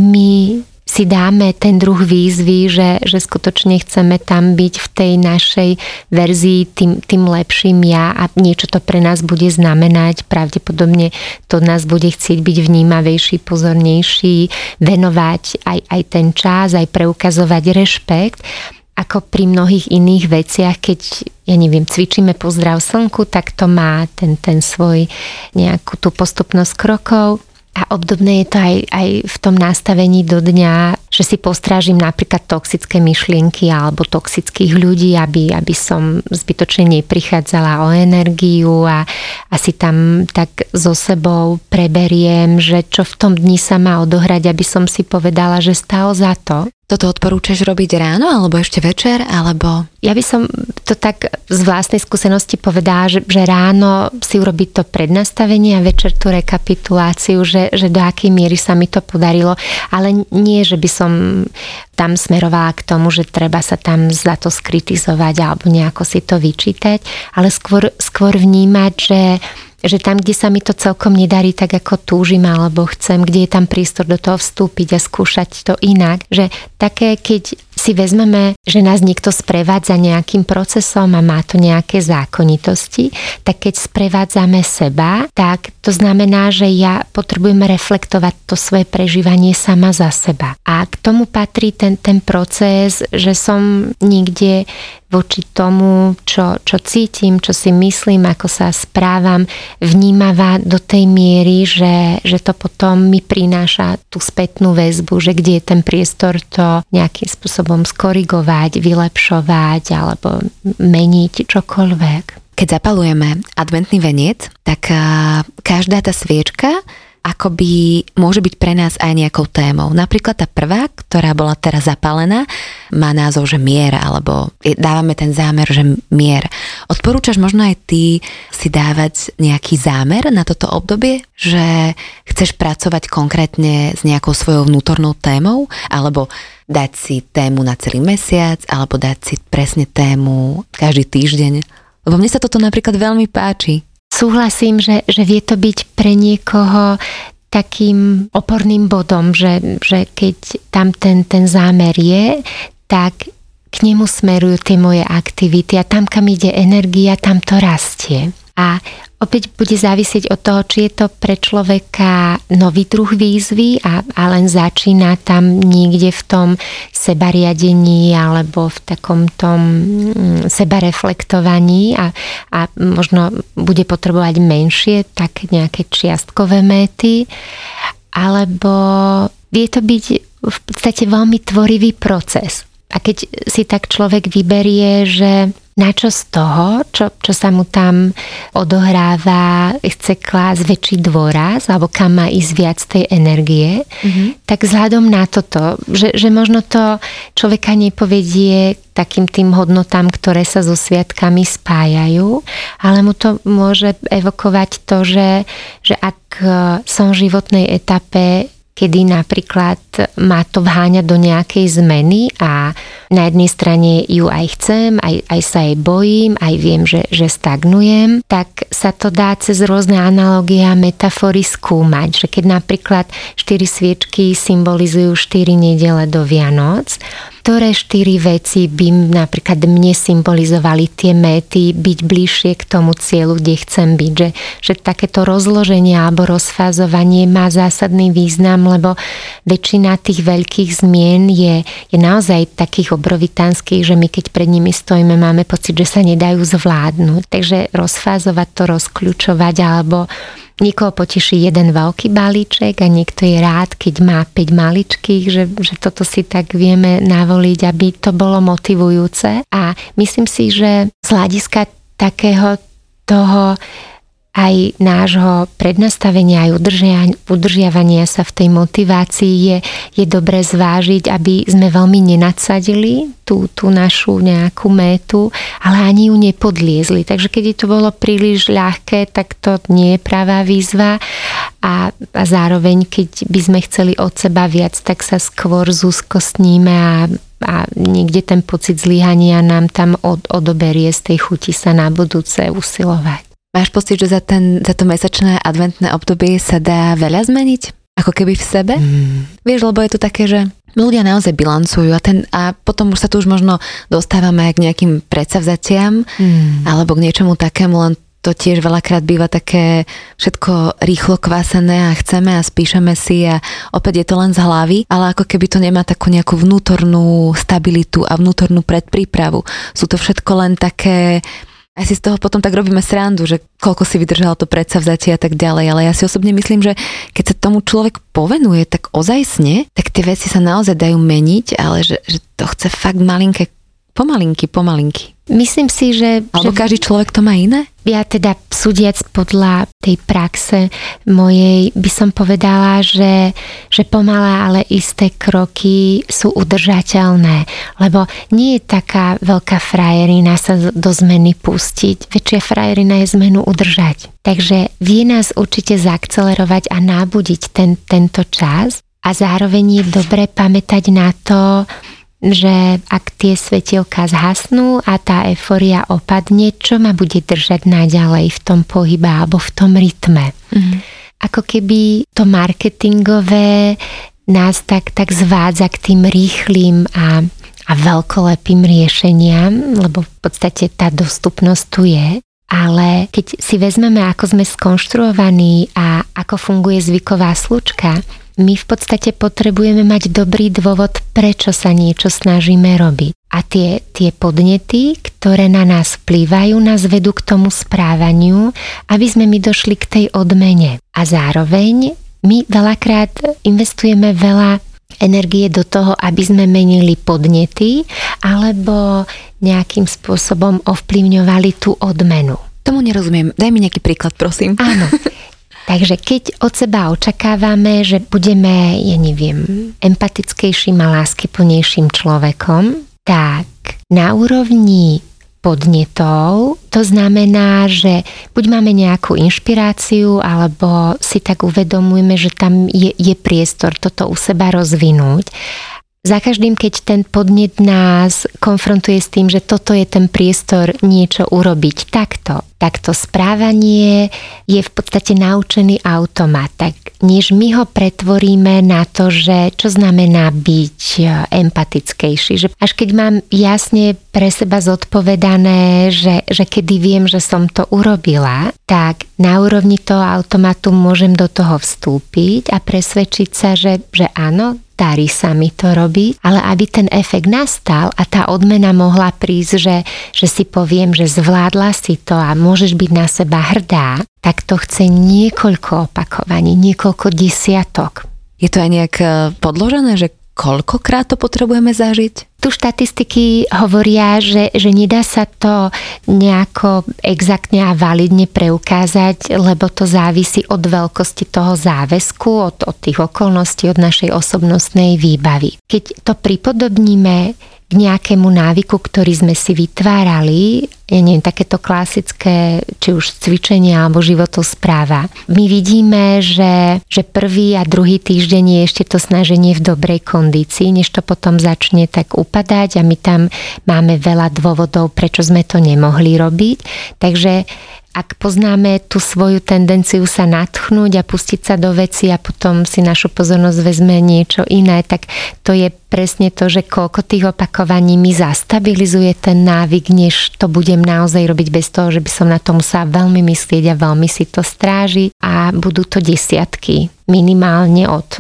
my si dáme ten druh výzvy, že skutočne chceme tam byť v tej našej verzii tým lepším ja a niečo to pre nás bude znamenať. Pravdepodobne to nás bude chcieť byť vnímavejší, pozornejší, venovať aj ten čas, aj preukazovať rešpekt. Ako pri mnohých iných veciach, keď, ja neviem, cvičíme pozdrav slnku, tak to má ten svoj nejakú tú postupnosť krokov. A obdobné je to aj v tom nastavení do dňa, že si postrážim napríklad toxické myšlienky alebo toxických ľudí, aby som zbytočne neprichádzala o energiu a si tam tak so sebou preberiem, že čo v tom dni sa má odohrať, aby som si povedala, že stalo za to. Toto odporúčaš robiť ráno, alebo ešte večer, alebo... Ja by som to tak z vlastnej skúsenosti povedala, že ráno si urobiť to prednastavenie a večer tú rekapituláciu, že do akej miery sa mi to podarilo. Ale nie, že by som tam smerovala k tomu, že treba sa tam za to skritizovať alebo nejako si to vyčítať, ale skôr vnímať, že tam, kde sa mi to celkom nedarí tak, ako túžim alebo chcem, kde je tam priestor do toho vstúpiť a skúšať to inak, že také, keď si vezmeme, že nás niekto sprevádza nejakým procesom a má to nejaké zákonitosti, tak keď sprevádzame seba, tak to znamená, že ja potrebujem reflektovať to svoje prežívanie sama za seba. A k tomu patrí ten proces, že som niekde voči tomu, čo cítim, čo si myslím, ako sa správam, vnímavá do tej miery, že to potom mi prináša tú spätnú väzbu, že kde je ten priestor to nejakým spôsobom skorigovať, vylepšovať alebo meniť čokoľvek. Keď zapalujeme adventný veniec, tak každá tá sviečka akoby môže byť pre nás aj nejakou témou. Napríklad tá prvá, ktorá bola teraz zapálená, má názov, že mier, alebo dávame ten zámer, že mier. Odporúčaš možno aj ty si dávať nejaký zámer na toto obdobie, že chceš pracovať konkrétne s nejakou svojou vnútornou témou, alebo dať si tému na celý mesiac, alebo dať si presne tému každý týždeň? Lebo mne sa toto napríklad veľmi páči. Súhlasím, že vie to byť pre niekoho takým oporným bodom, že keď tam ten zámer je, tak k nemu smerujú tie moje aktivity a tam, kam ide energia, tam to rastie. A opäť bude závisieť od toho, či je to pre človeka nový druh výzvy a len začína tam niekde v tom sebariadení alebo v takom tom sebareflektovaní a možno bude potrebovať menšie, tak nejaké čiastkové méty, alebo vie to byť v podstate veľmi tvorivý proces. A keď si tak človek vyberie, že na čo z toho, čo sa mu tam odohráva, chce klásť väčší dôraz, alebo kam má ísť viac tej energie, tak vzhľadom na toto, že možno to človeka nepovedie takým tým hodnotám, ktoré sa so sviatkami spájajú, ale mu to môže evokovať to, že ak som v životnej etape kedy napríklad ma to vháňa do nejakej zmeny a na jednej strane ju aj chcem, aj sa jej bojím, aj viem, že stagnujem, tak sa to dá cez rôzne analogie a metafory skúmať, že keď napríklad 4 sviečky symbolizujú 4 nedele do Vianoc, ktoré 4 veci by napríklad mne symbolizovali tie méty, byť bližšie k tomu cieľu, kde chcem byť. Že takéto rozloženie alebo rozfázovanie má zásadný význam, lebo väčšina tých veľkých zmien je naozaj takých obrovitánskych, že my keď pred nimi stojíme, máme pocit, že sa nedajú zvládnuť. Takže rozfázovať to, rozkľučovať alebo niekoho poteší jeden veľký balíček a niekto je rád, keď má 5 maličkých, že toto si tak vieme navoliť, aby to bolo motivujúce. A myslím si, že z hľadiska takého toho aj nášho prednastavenia, aj udržiavania sa v tej motivácii je dobre zvážiť, aby sme veľmi nenadsadili tú našu nejakú métu, ale ani ju nepodliezli. Takže keď to bolo príliš ľahké, tak to nie je pravá výzva a zároveň, keď by sme chceli od seba viac, tak sa skôr zúzkostníme a niekde ten pocit zlyhania nám tam odoberie z tej chuti sa na budúce usilovať. Máš pocit, že za to mesačné adventné obdobie sa dá veľa zmeniť? Ako keby v sebe? Vieš, lebo je to také, že ľudia naozaj bilancujú a potom už sa tu už možno dostávame aj k nejakým predsavzatiam alebo k niečomu takému, len to tiež veľakrát býva také všetko rýchlo kvásené a chceme a spíšeme si a opäť je to len z hlavy, ale ako keby to nemá takú nejakú vnútornú stabilitu a vnútornú predprípravu. Sú to všetko len také. A si z toho potom tak robíme srandu, že koľko si vydržalo to predsavzatie a tak ďalej, ale ja si osobne myslím, že keď sa tomu človek povenuje tak ozajstne, tak tie veci sa naozaj dajú meniť, ale že to chce fakt pomalinky. Myslím si, že každý človek to má iné? Ja teda súdiac podľa tej praxe mojej by som povedala, že pomalé, ale isté kroky sú udržateľné, lebo nie je taká veľká frajerina sa do zmeny pustiť. Väčšia frajerina je zmenu udržať. Takže vie nás určite zaakcelerovať a nabudiť tento čas a zároveň je dobre pamätať na to, že ak tie svetielka zhasnú a tá eufória opadne, čo ma bude držať naďalej v tom pohybe alebo v tom rytme. Ako keby to marketingové nás tak zvádza k tým rýchlým a veľkolepým riešeniam, lebo v podstate tá dostupnosť tu je. Ale keď si vezmeme, ako sme skonštruovaní a ako funguje zvyková slučka, my v podstate potrebujeme mať dobrý dôvod, prečo sa niečo snažíme robiť. A tie podnety, ktoré na nás vplývajú, nás vedú k tomu správaniu, aby sme my došli k tej odmene. A zároveň my veľakrát investujeme veľa energie do toho, aby sme menili podnety alebo nejakým spôsobom ovplyvňovali tú odmenu. Tomu nerozumiem. Daj mi nejaký príklad, prosím. Áno. Takže keď od seba očakávame, že budeme, empatickejším a láskyplnejším človekom, tak na úrovni podnetov to znamená, že buď máme nejakú inšpiráciu, alebo si tak uvedomujeme, že tam je priestor toto u seba rozvinúť. Za každým, keď ten podnet nás konfrontuje s tým, že toto je ten priestor niečo urobiť takto správanie je v podstate naučený automat. Tak než my ho pretvoríme na to, že čo znamená byť empatickejší. Že až keď mám jasne pre seba zodpovedané, že kedy viem, že som to urobila, tak na úrovni toho automatu môžem do toho vstúpiť a presvedčiť sa, že áno, darí sa mi to robiť, ale aby ten efekt nastal a tá odmena mohla prísť, že si poviem, že zvládla si to a môžeš byť na seba hrdá, tak to chce niekoľko opakovaní, niekoľko desiatok. Je to aj nejak podložené, že koľkokrát to potrebujeme zažiť? Tu štatistiky hovoria, že nedá sa to nejako exaktne a validne preukázať, lebo to závisí od veľkosti toho záväzku, od tých okolností, od našej osobnostnej výbavy. Keď to pripodobníme k k nejakému návyku, ktorý sme si vytvárali, ja neviem, takéto klasické, či už cvičenie alebo životospráva. My vidíme, že prvý a druhý týždeň je ešte to snaženie v dobrej kondícii, než to potom začne tak upadať a my tam máme veľa dôvodov, prečo sme to nemohli robiť. Takže ak poznáme tú svoju tendenciu sa nadchnúť a pustiť sa do veci a potom si našu pozornosť vezme niečo iné, tak to je presne to, že koľko tých opakovaní mi zastabilizuje ten návyk, než to budem naozaj robiť bez toho, že by som na to musela veľmi myslieť a veľmi si to strážiť a budú to desiatky, minimálne od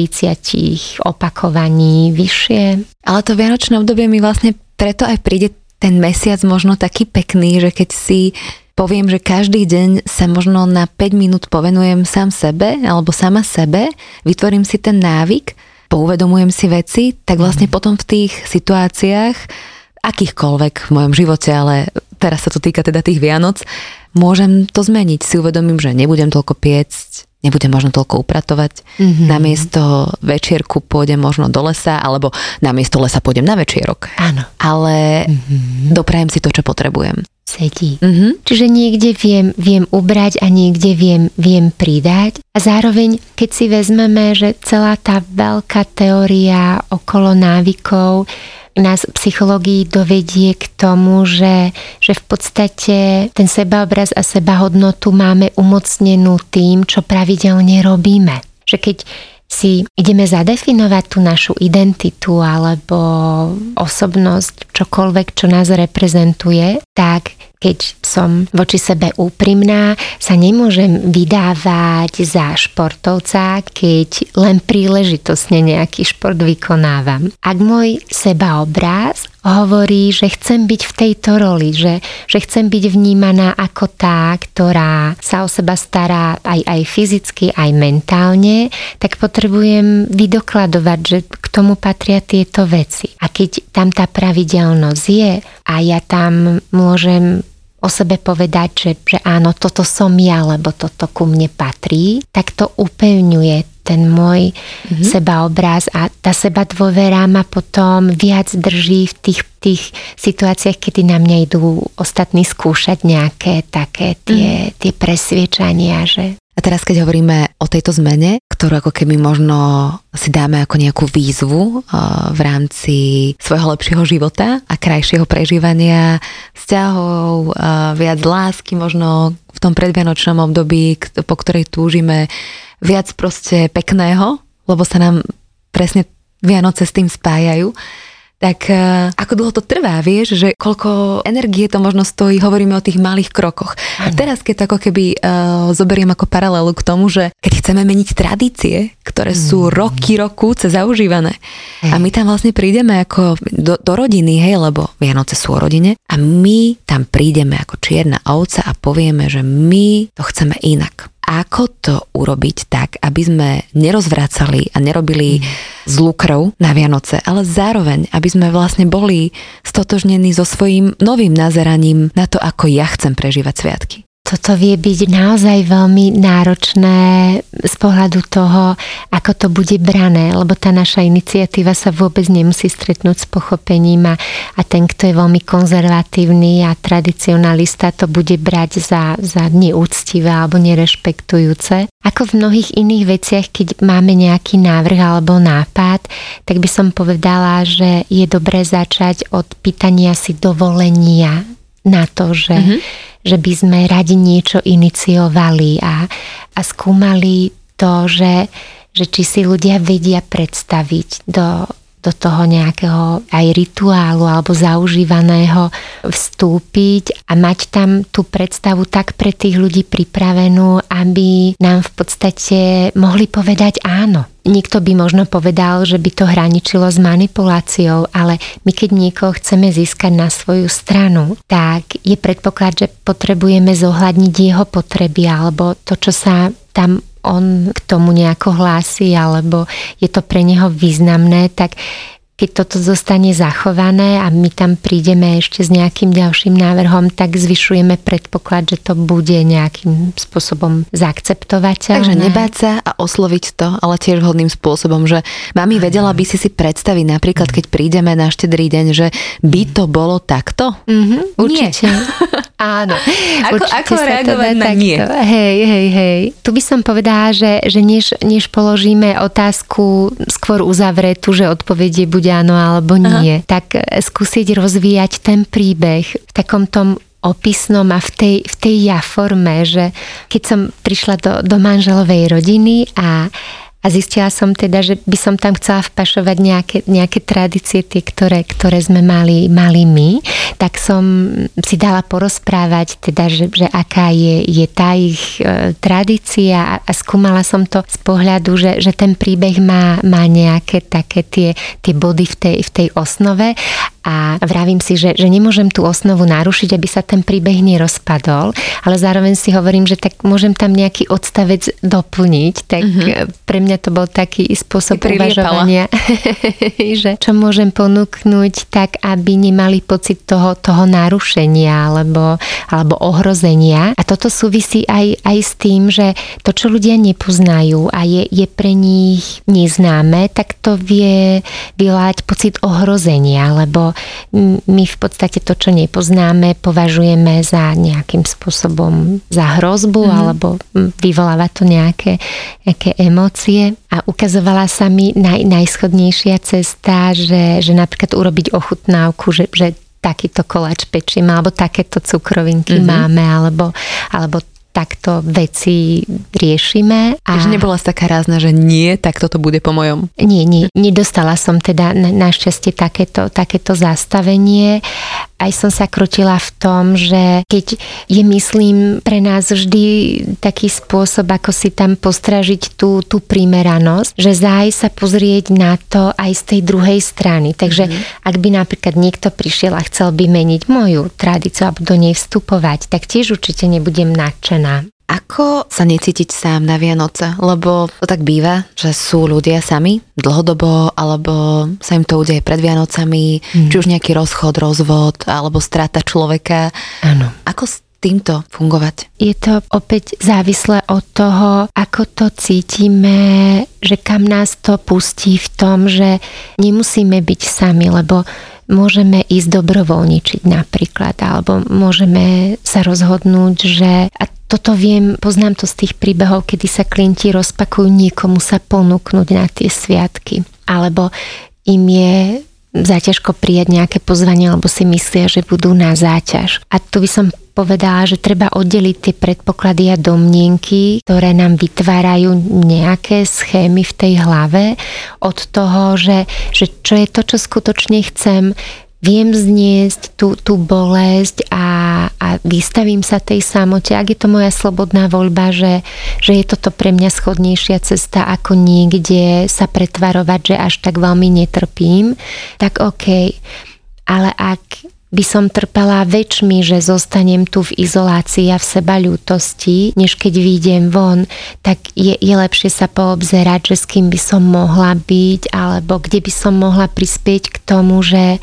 30 opakovaní vyššie. Ale to vianočné obdobie mi vlastne preto aj príde ten mesiac možno taký pekný, že keď si poviem, že každý deň sa možno na 5 minút povenujem sám sebe alebo sama sebe, vytvorím si ten návyk, pouvedomujem si veci, tak vlastne potom v tých situáciách, akýchkoľvek v mojom živote, ale teraz sa to týka teda tých Vianoc, môžem to zmeniť. Si uvedomím, že nebudem toľko piecť, nebudem možno toľko upratovať. Namiesto večierku pôjdem možno do lesa, alebo namiesto lesa pôjdem na večierok. Áno. Ale doprajem si to, čo potrebujem. Sedí. Čiže niekde viem ubrať a niekde viem pridať. A zároveň, keď si vezmeme, že celá tá veľká teória okolo návykov nás v psychológii dovedie k tomu, že v podstate ten sebaobraz a sebahodnotu máme umocnenú tým, čo pravidelne robíme. Že keď si ideme zadefinovať tú našu identitu alebo osobnosť, čokoľvek, čo nás reprezentuje, tak keď som voči sebe úprimná, sa nemôžem vydávať za športovca, keď len príležitostne nejaký šport vykonávam. Ak môj sebaobraz hovorí, že chcem byť v tejto roli, že chcem byť vnímaná ako tá, ktorá sa o seba stará aj fyzicky, aj mentálne, tak potrebujem vydokladovať, že k tomu patria tieto veci. A keď tam tá pravidelnosť je a ja tam môžem o sebe povedať, že áno, toto som ja, lebo toto ku mne patrí, tak to upevňuje ten môj sebaobraz a tá sebadôvera ma potom viac drží v tých situáciách, kedy na mňa idú ostatní skúšať nejaké také tie presviečania, že... A teraz, keď hovoríme o tejto zmene, ktorú ako keby možno si dáme ako nejakú výzvu v rámci svojho lepšieho života a krajšieho prežívania vzťahov, viac lásky možno v tom predvianočnom období, po ktorej túžime, viac proste pekného, lebo sa nám presne Vianoce s tým spájajú. Tak ako dlho to trvá, vieš, že koľko energie to možno stojí, hovoríme o tých malých krokoch. A teraz, keď to ako keby zoberiem ako paralelu k tomu, že keď chceme meniť tradície, ktoré sú roky zaužívané a my tam vlastne prídeme ako do rodiny, hej, lebo Vianoce sú o rodine a my tam prídeme ako čierna ovca a povieme, že my to chceme inak. Ako to urobiť tak, aby sme nerozvracali a nerobili zlú krv na Vianoce, ale zároveň, aby sme vlastne boli stotožnení so svojím novým nazeraním na to, ako ja chcem prežívať sviatky. Toto vie byť naozaj veľmi náročné z pohľadu toho, ako to bude brané, lebo tá naša iniciatíva sa vôbec nemusí stretnúť s pochopením a ten, kto je veľmi konzervatívny a tradicionalista, to bude brať za neúctivé alebo nerešpektujúce. Ako v mnohých iných veciach, keď máme nejaký návrh alebo nápad, tak by som povedala, že je dobré začať od pýtania si dovolenia na to, že by sme radi niečo iniciovali a skúmali to, že či si ľudia vedia predstaviť do toho nejakého aj rituálu alebo zaužívaného vstúpiť a mať tam tú predstavu tak pre tých ľudí pripravenú, aby nám v podstate mohli povedať áno. Niekto by možno povedal, že by to hraničilo s manipuláciou, ale my keď niekoho chceme získať na svoju stranu, tak je predpoklad, že potrebujeme zohľadniť jeho potreby alebo to, čo sa tam on k tomu nejako hlási, alebo je to pre neho významné, tak keď toto zostane zachované a my tam prídeme ešte s nejakým ďalším návrhom, tak zvyšujeme predpoklad, že to bude nejakým spôsobom zaakceptovateľné. Takže nebáť sa a osloviť to, ale tiež vhodným spôsobom, že mami, vedela by si predstaviť napríklad, keď prídeme na Štedrý deň, že by to bolo takto? Určite. Áno. Ako reagovať na nie? Hej. Tu by som povedala, že než položíme otázku skôr uzavretú, že odpoveď je buď áno alebo nie, tak skúsiť rozvíjať ten príbeh v takom tom opisnom a v tej ja forme, že keď som prišla do manželovej rodiny a zistila som teda, že by som tam chcela vpašovať nejaké tradície, tie, ktoré sme mali my, tak som si dala porozprávať, teda, že aká je tá ich tradícia a skúmala som to z pohľadu, že ten príbeh má nejaké také tie body v tej osnove a vravím si, že nemôžem tú osnovu narušiť, aby sa ten príbeh nerozpadol, ale zároveň si hovorím, že tak môžem tam nejaký odstavec doplniť, tak pre mňa to bol taký spôsob uvažovania, že čo môžem ponúknuť tak, aby nemali pocit toho narušenia alebo ohrozenia. A toto súvisí aj s tým, že to, čo ľudia nepoznajú a je pre nich neznáme, tak to vie vyvolať pocit ohrozenia, lebo my v podstate to, čo nepoznáme, považujeme za nejakým spôsobom za hrozbu alebo vyvoláva to nejaké emócie. A ukazovala sa mi najschodnejšia cesta, že napríklad urobiť ochutnávku, že takýto koláč pečíme, alebo takéto cukrovinky máme, alebo takto veci riešime. Takže nebola si taká rázna, že nie, tak toto bude po mojom? Nie. Nedostala som teda našťastie takéto zastavenie. Aj som sa krotila v tom, že keď je, myslím, pre nás vždy taký spôsob, ako si tam postražiť tú primeranosť, že zájsť sa pozrieť na to aj z tej druhej strany. Takže ak by napríklad niekto prišiel a chcel by meniť moju tradíciu alebo do nej vstupovať, tak tiež určite nebudem nadšená. Ako sa necítiť sám na Vianoce? Lebo to tak býva, že sú ľudia sami dlhodobo, alebo sa im to udeje pred Vianocami, či už nejaký rozchod, rozvod, alebo strata človeka. Áno. Ako s týmto fungovať? Je to opäť závislé od toho, ako to cítime, že kam nás to pustí v tom, že nemusíme byť sami, lebo môžeme ísť dobrovoľničiť napríklad, alebo môžeme sa rozhodnúť, že a toto poznám to z tých príbehov, kedy sa klienti rozpakujú niekomu sa ponúknuť na tie sviatky. Alebo im je zaťažko prijať nejaké pozvanie, alebo si myslia, že budú na záťaž. A tu by som povedala, že treba oddeliť tie predpoklady a domnienky, ktoré nám vytvárajú nejaké schémy v tej hlave od toho, že čo je to, čo skutočne chcem, viem zniesť tú bolesť a vystavím sa tej samote. Ak je to moja slobodná voľba, že je toto pre mňa schodnejšia cesta ako niekde sa pretvarovať, že až tak veľmi netrpím, tak OK. Ale ak by som trpela väčšmi, že zostanem tu v izolácii a v sebaľútosti, než keď vyjdem von, tak je lepšie sa poobzerať, že s kým by som mohla byť, alebo kde by som mohla prispieť k tomu, že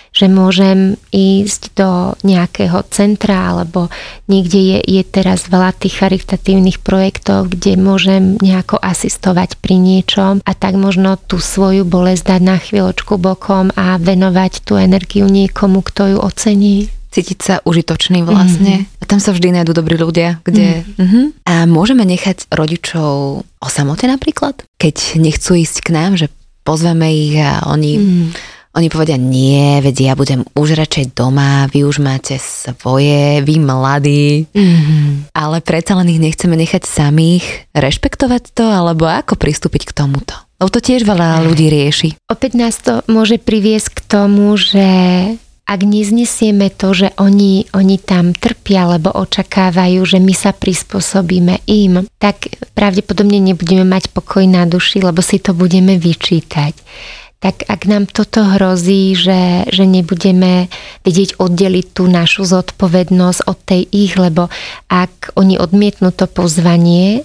môžem ísť do nejakého centra, alebo niekde je teraz veľa tých charitatívnych projektov, kde môžem nejako asistovať pri niečom a tak možno tú svoju bolesť dať na chvíľočku bokom a venovať tú energiu niekomu, kto ju ocení. Cítiť sa užitočný vlastne. A tam sa vždy nájdú dobrí ľudia, kde... A môžeme nechať rodičov o samote napríklad? Keď nechcú ísť k nám, že pozveme ich a oni povedia, nie, veď ja budem už radšej doma, vy už máte svoje, vy mladí. Ale predsa len ich nechceme nechať samých. Rešpektovať to, alebo ako pristúpiť k tomuto? Lebo to tiež veľa ľudí rieši. Opäť nás to môže priviesť k tomu, že ak neznesieme to, že oni tam trpia, lebo očakávajú, že my sa prispôsobíme im, tak pravdepodobne nebudeme mať pokoj na duši, lebo si to budeme vyčítať. Tak ak nám toto hrozí, že nebudeme vedieť oddeliť tú našu zodpovednosť od tej ich, lebo ak oni odmietnú to pozvanie,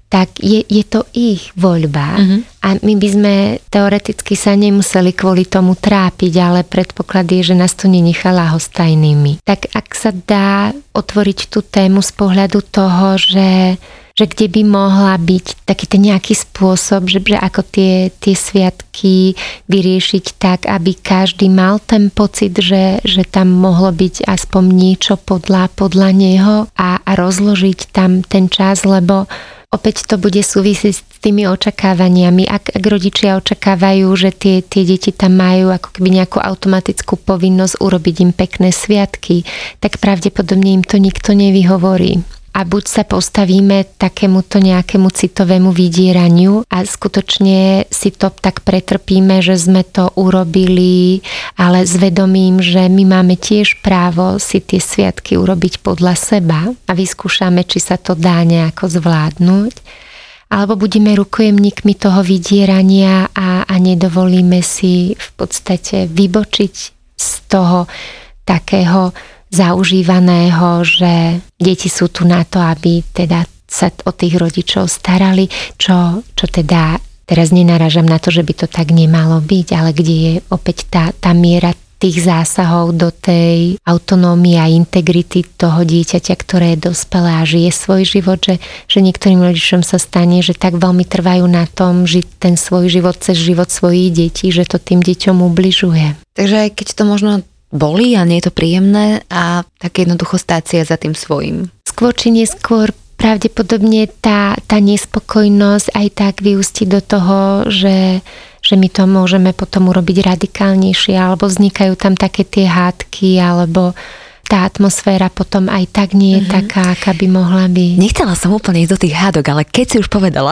tak je to ich voľba. A my by sme teoreticky sa nemuseli kvôli tomu trápiť, ale predpoklad je, že nás to nenechá ľahostajnými. Tak ak sa dá otvoriť tú tému z pohľadu toho, že kde by mohla byť taký ten nejaký spôsob, že ako tie sviatky vyriešiť tak, aby každý mal ten pocit, že tam mohlo byť aspoň niečo podľa neho a rozložiť tam ten čas, lebo opäť to bude súvisieť s tými očakávaniami. Ak rodičia očakávajú, že tie deti tam majú ako keby nejakú automatickú povinnosť urobiť im pekné sviatky, tak pravdepodobne im to nikto nevyhovorí. A buď sa postavíme takémuto nejakému citovému vydieraniu a skutočne si to tak pretrpíme, že sme to urobili, ale s vedomím, že my máme tiež právo si tie sviatky urobiť podľa seba a vyskúšame, či sa to dá nejako zvládnuť. Alebo budeme rukojemníkmi toho vydierania a nedovolíme si v podstate vybočiť z toho takého zaužívaného, že deti sú tu na to, aby teda sa o tých rodičov starali, čo teda teraz nenarážam na to, že by to tak nemalo byť, ale kde je opäť tá miera tých zásahov do tej autonómie a integrity toho dieťaťa, ktoré je dospelé a žije svoj život, že niektorým rodičom sa stane, že tak veľmi trvajú na tom žiť ten svoj život cez život svojich detí, že to tým deťom ubližuje. Takže aj keď to možno bolí a nie je to príjemné a tak jednoducho stáť si za tým svojím. Skôr či neskôr pravdepodobne tá nespokojnosť aj tak vyústi do toho, že my to môžeme potom urobiť radikálnejšie, alebo vznikajú tam také tie hádky, alebo tá atmosféra potom aj tak nie je taká, aká by mohla byť. Nechcela som úplne ísť do tých hádok, ale keď si už povedala,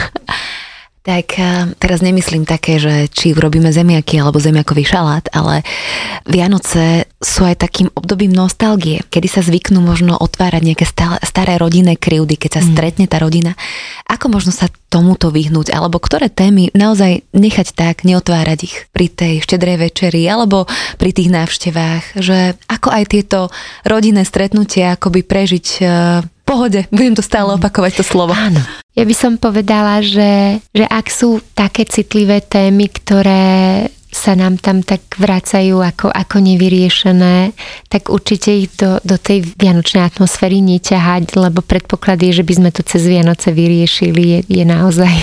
tak teraz nemyslím také, že či urobíme zemiaky alebo zemiakový šalát, ale Vianoce sú aj takým obdobím nostalgie, kedy sa zvyknú možno otvárať nejaké staré rodinné krivdy, keď sa stretne tá rodina. Ako možno sa tomuto vyhnúť, alebo ktoré témy naozaj nechať tak, neotvárať ich pri tej štedrej večeri alebo pri tých návštevách, že ako aj tieto rodinné stretnutia akoby prežiť pohode, budem to stále opakovať to slovo. Áno. Ja by som povedala, že ak sú také citlivé témy, ktoré sa nám tam tak vracajú ako nevyriešené, tak určite ich do tej vianočnej atmosféry neťahať, lebo predpoklad je, že by sme to cez Vianoce vyriešili, je naozaj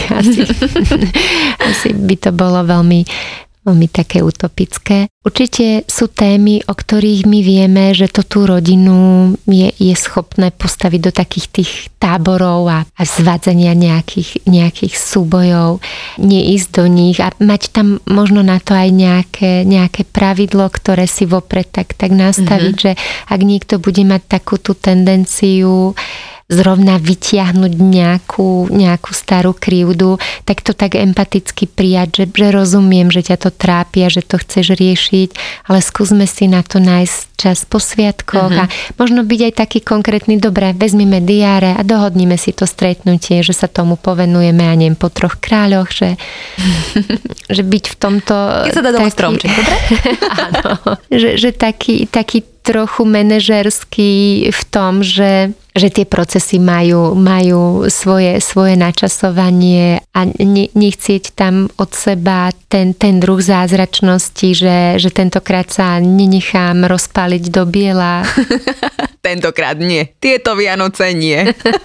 asi by to bolo veľmi také utopické. Určite sú témy, o ktorých my vieme, že to tú rodinu je schopné postaviť do takých tých táborov a zvádzania nejakých súbojov, neísť do nich a mať tam možno na to aj nejaké pravidlo, ktoré si vopred tak nastaviť, že ak niekto bude mať takú tú tendenciu zrovna vytiahnuť nejakú starú krivdu, tak to tak empaticky prijať, že rozumiem, že ťa to trápi a že to chceš riešiť, ale skúsme si na to nájsť čas po sviatkoch a možno byť aj taký konkrétny, dobre, vezmime diáre a dohodnime si to stretnutie, že sa tomu povenujeme a neviem, po 3 kráľoch, že byť v tomto... Keď sa dá dole stromček, dobre? Áno, že taký trochu manažerský v tom, že tie procesy majú svoje načasovanie a nechcieť tam od seba ten druh zázračnosti, že tentokrát sa nenechám rozpáliť do biela. Tentokrát nie. Tieto Vianoce nie.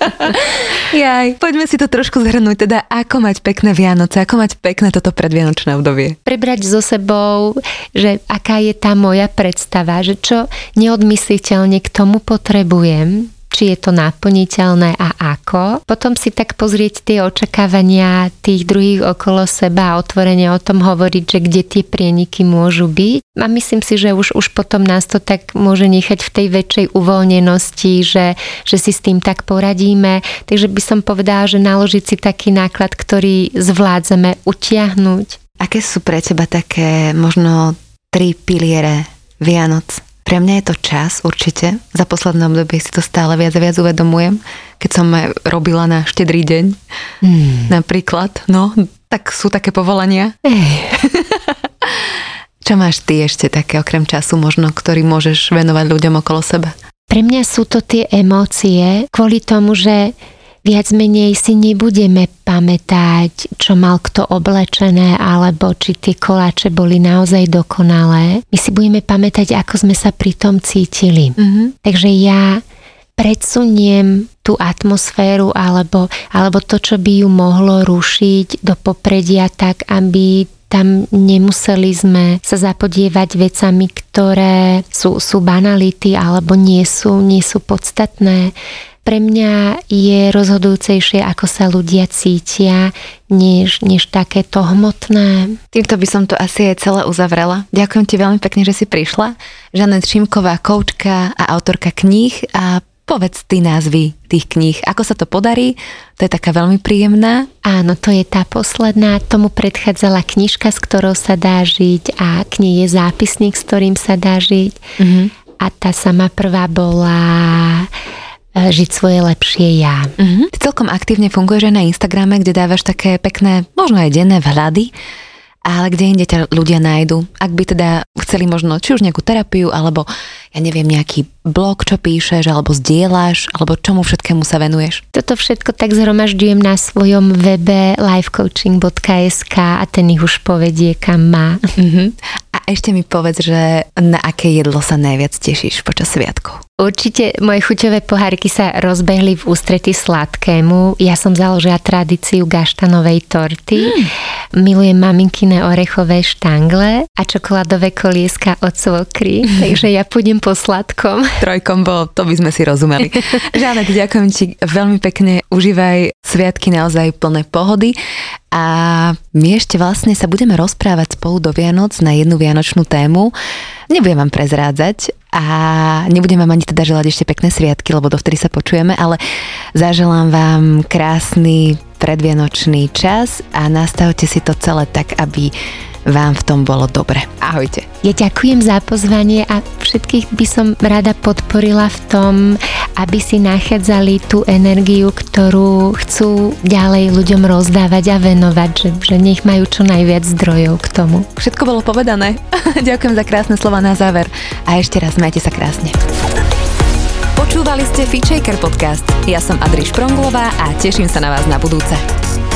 Jaj, poďme si to trošku zhrnúť, teda ako mať pekné Vianoce, ako mať pekné toto predvianočné obdobie. Prebrať so sebou, že aká je tá moja predstava, že čo neodmysliteľne k tomu potrebujem, či je to naplniteľné a ako. Potom si tak pozrieť tie očakávania tých druhých okolo seba a otvorene o tom hovoriť, že kde tie prieniky môžu byť. A myslím si, že už potom nás to tak môže nechať v tej väčšej uvoľnenosti, že si s tým tak poradíme. Takže by som povedala, že naložiť si taký náklad, ktorý zvládzeme utiahnuť. Aké sú pre teba také možno 3 piliere Vianoc? Pre mňa je to čas, určite. Za posledné obdobie si to stále viac a viac uvedomujem. Keď som robila na štedrý deň, napríklad, no, tak sú také povolania. Čo máš ty ešte také okrem času možno, ktorý môžeš venovať ľuďom okolo seba? Pre mňa sú to tie emócie, kvôli tomu, že viac menej si nebudeme pamätať, čo mal kto oblečené, alebo či tie koláče boli naozaj dokonalé. My si budeme pamätať, ako sme sa pri tom cítili. Takže ja predsuniem tú atmosféru alebo to, čo by ju mohlo rušiť do popredia tak, aby tam nemuseli sme sa zapodievať vecami, ktoré sú banality alebo nie sú podstatné. Pre mňa je rozhodujúcejšie, ako sa ľudia cítia, než takéto hmotné. Týmto by som to asi aj celé uzavrela. Ďakujem ti veľmi pekne, že si prišla. Žanet Šimková, koučka a autorka kníh, a povedz ty názvy tých kníh. Ako sa to podarí? To je taká veľmi príjemná. Áno, to je tá posledná. Tomu predchádzala knižka, s ktorou sa dá žiť, a k nej je zápisník, s ktorým sa dá žiť. A tá sama prvá bola Žiť svoje lepšie ja. Ty celkom aktívne funguješ aj na Instagrame, kde dávaš také pekné, možno aj denné vhľady, ale kde inde ťa ľudia nájdu? Ak by teda chceli možno či už nejakú terapiu, alebo ja neviem, nejaký blog, čo píšeš, alebo zdieľaš, alebo čomu všetkému sa venuješ? Toto všetko tak zhromažďujem na svojom webe lifecoaching.sk a ten ich už povedie, kam má. A ešte mi povedz, že na aké jedlo sa najviac tešíš počas sviatkov? Určite moje chuťové pohárky sa rozbehli v ústrety sladkému. Ja som založila tradíciu gaštanovej torty. Milujem maminkine orechové štangle a čokoládové kolieska od svokry. Takže ja pôjdem po sladkom. Trojkom bolo, to by sme si rozumeli. Žanet, ďakujem ti veľmi pekne. Užívaj sviatky naozaj plné pohody. A my ešte vlastne sa budeme rozprávať spolu do Vianoc na jednu vianočnú tému. Nebudem vám prezrádzať a nebudem vám ani teda želať ešte pekné sviatky, lebo dovtedy sa počujeme, ale zaželám vám krásny predvianočný čas a nastavte si to celé tak, aby vám v tom bolo dobre. Ahojte. Ja ďakujem za pozvanie a všetkých by som rada podporila v tom, aby si nachádzali tú energiu, ktorú chcú ďalej ľuďom rozdávať a venovať, že nech majú čo najviac zdrojov k tomu. Všetko bolo povedané. Ďakujem za krásne slova na záver a ešte raz majte sa krásne. Počúvali ste Fitshaker podcast. Ja som Adri Špronglová a teším sa na vás na budúce.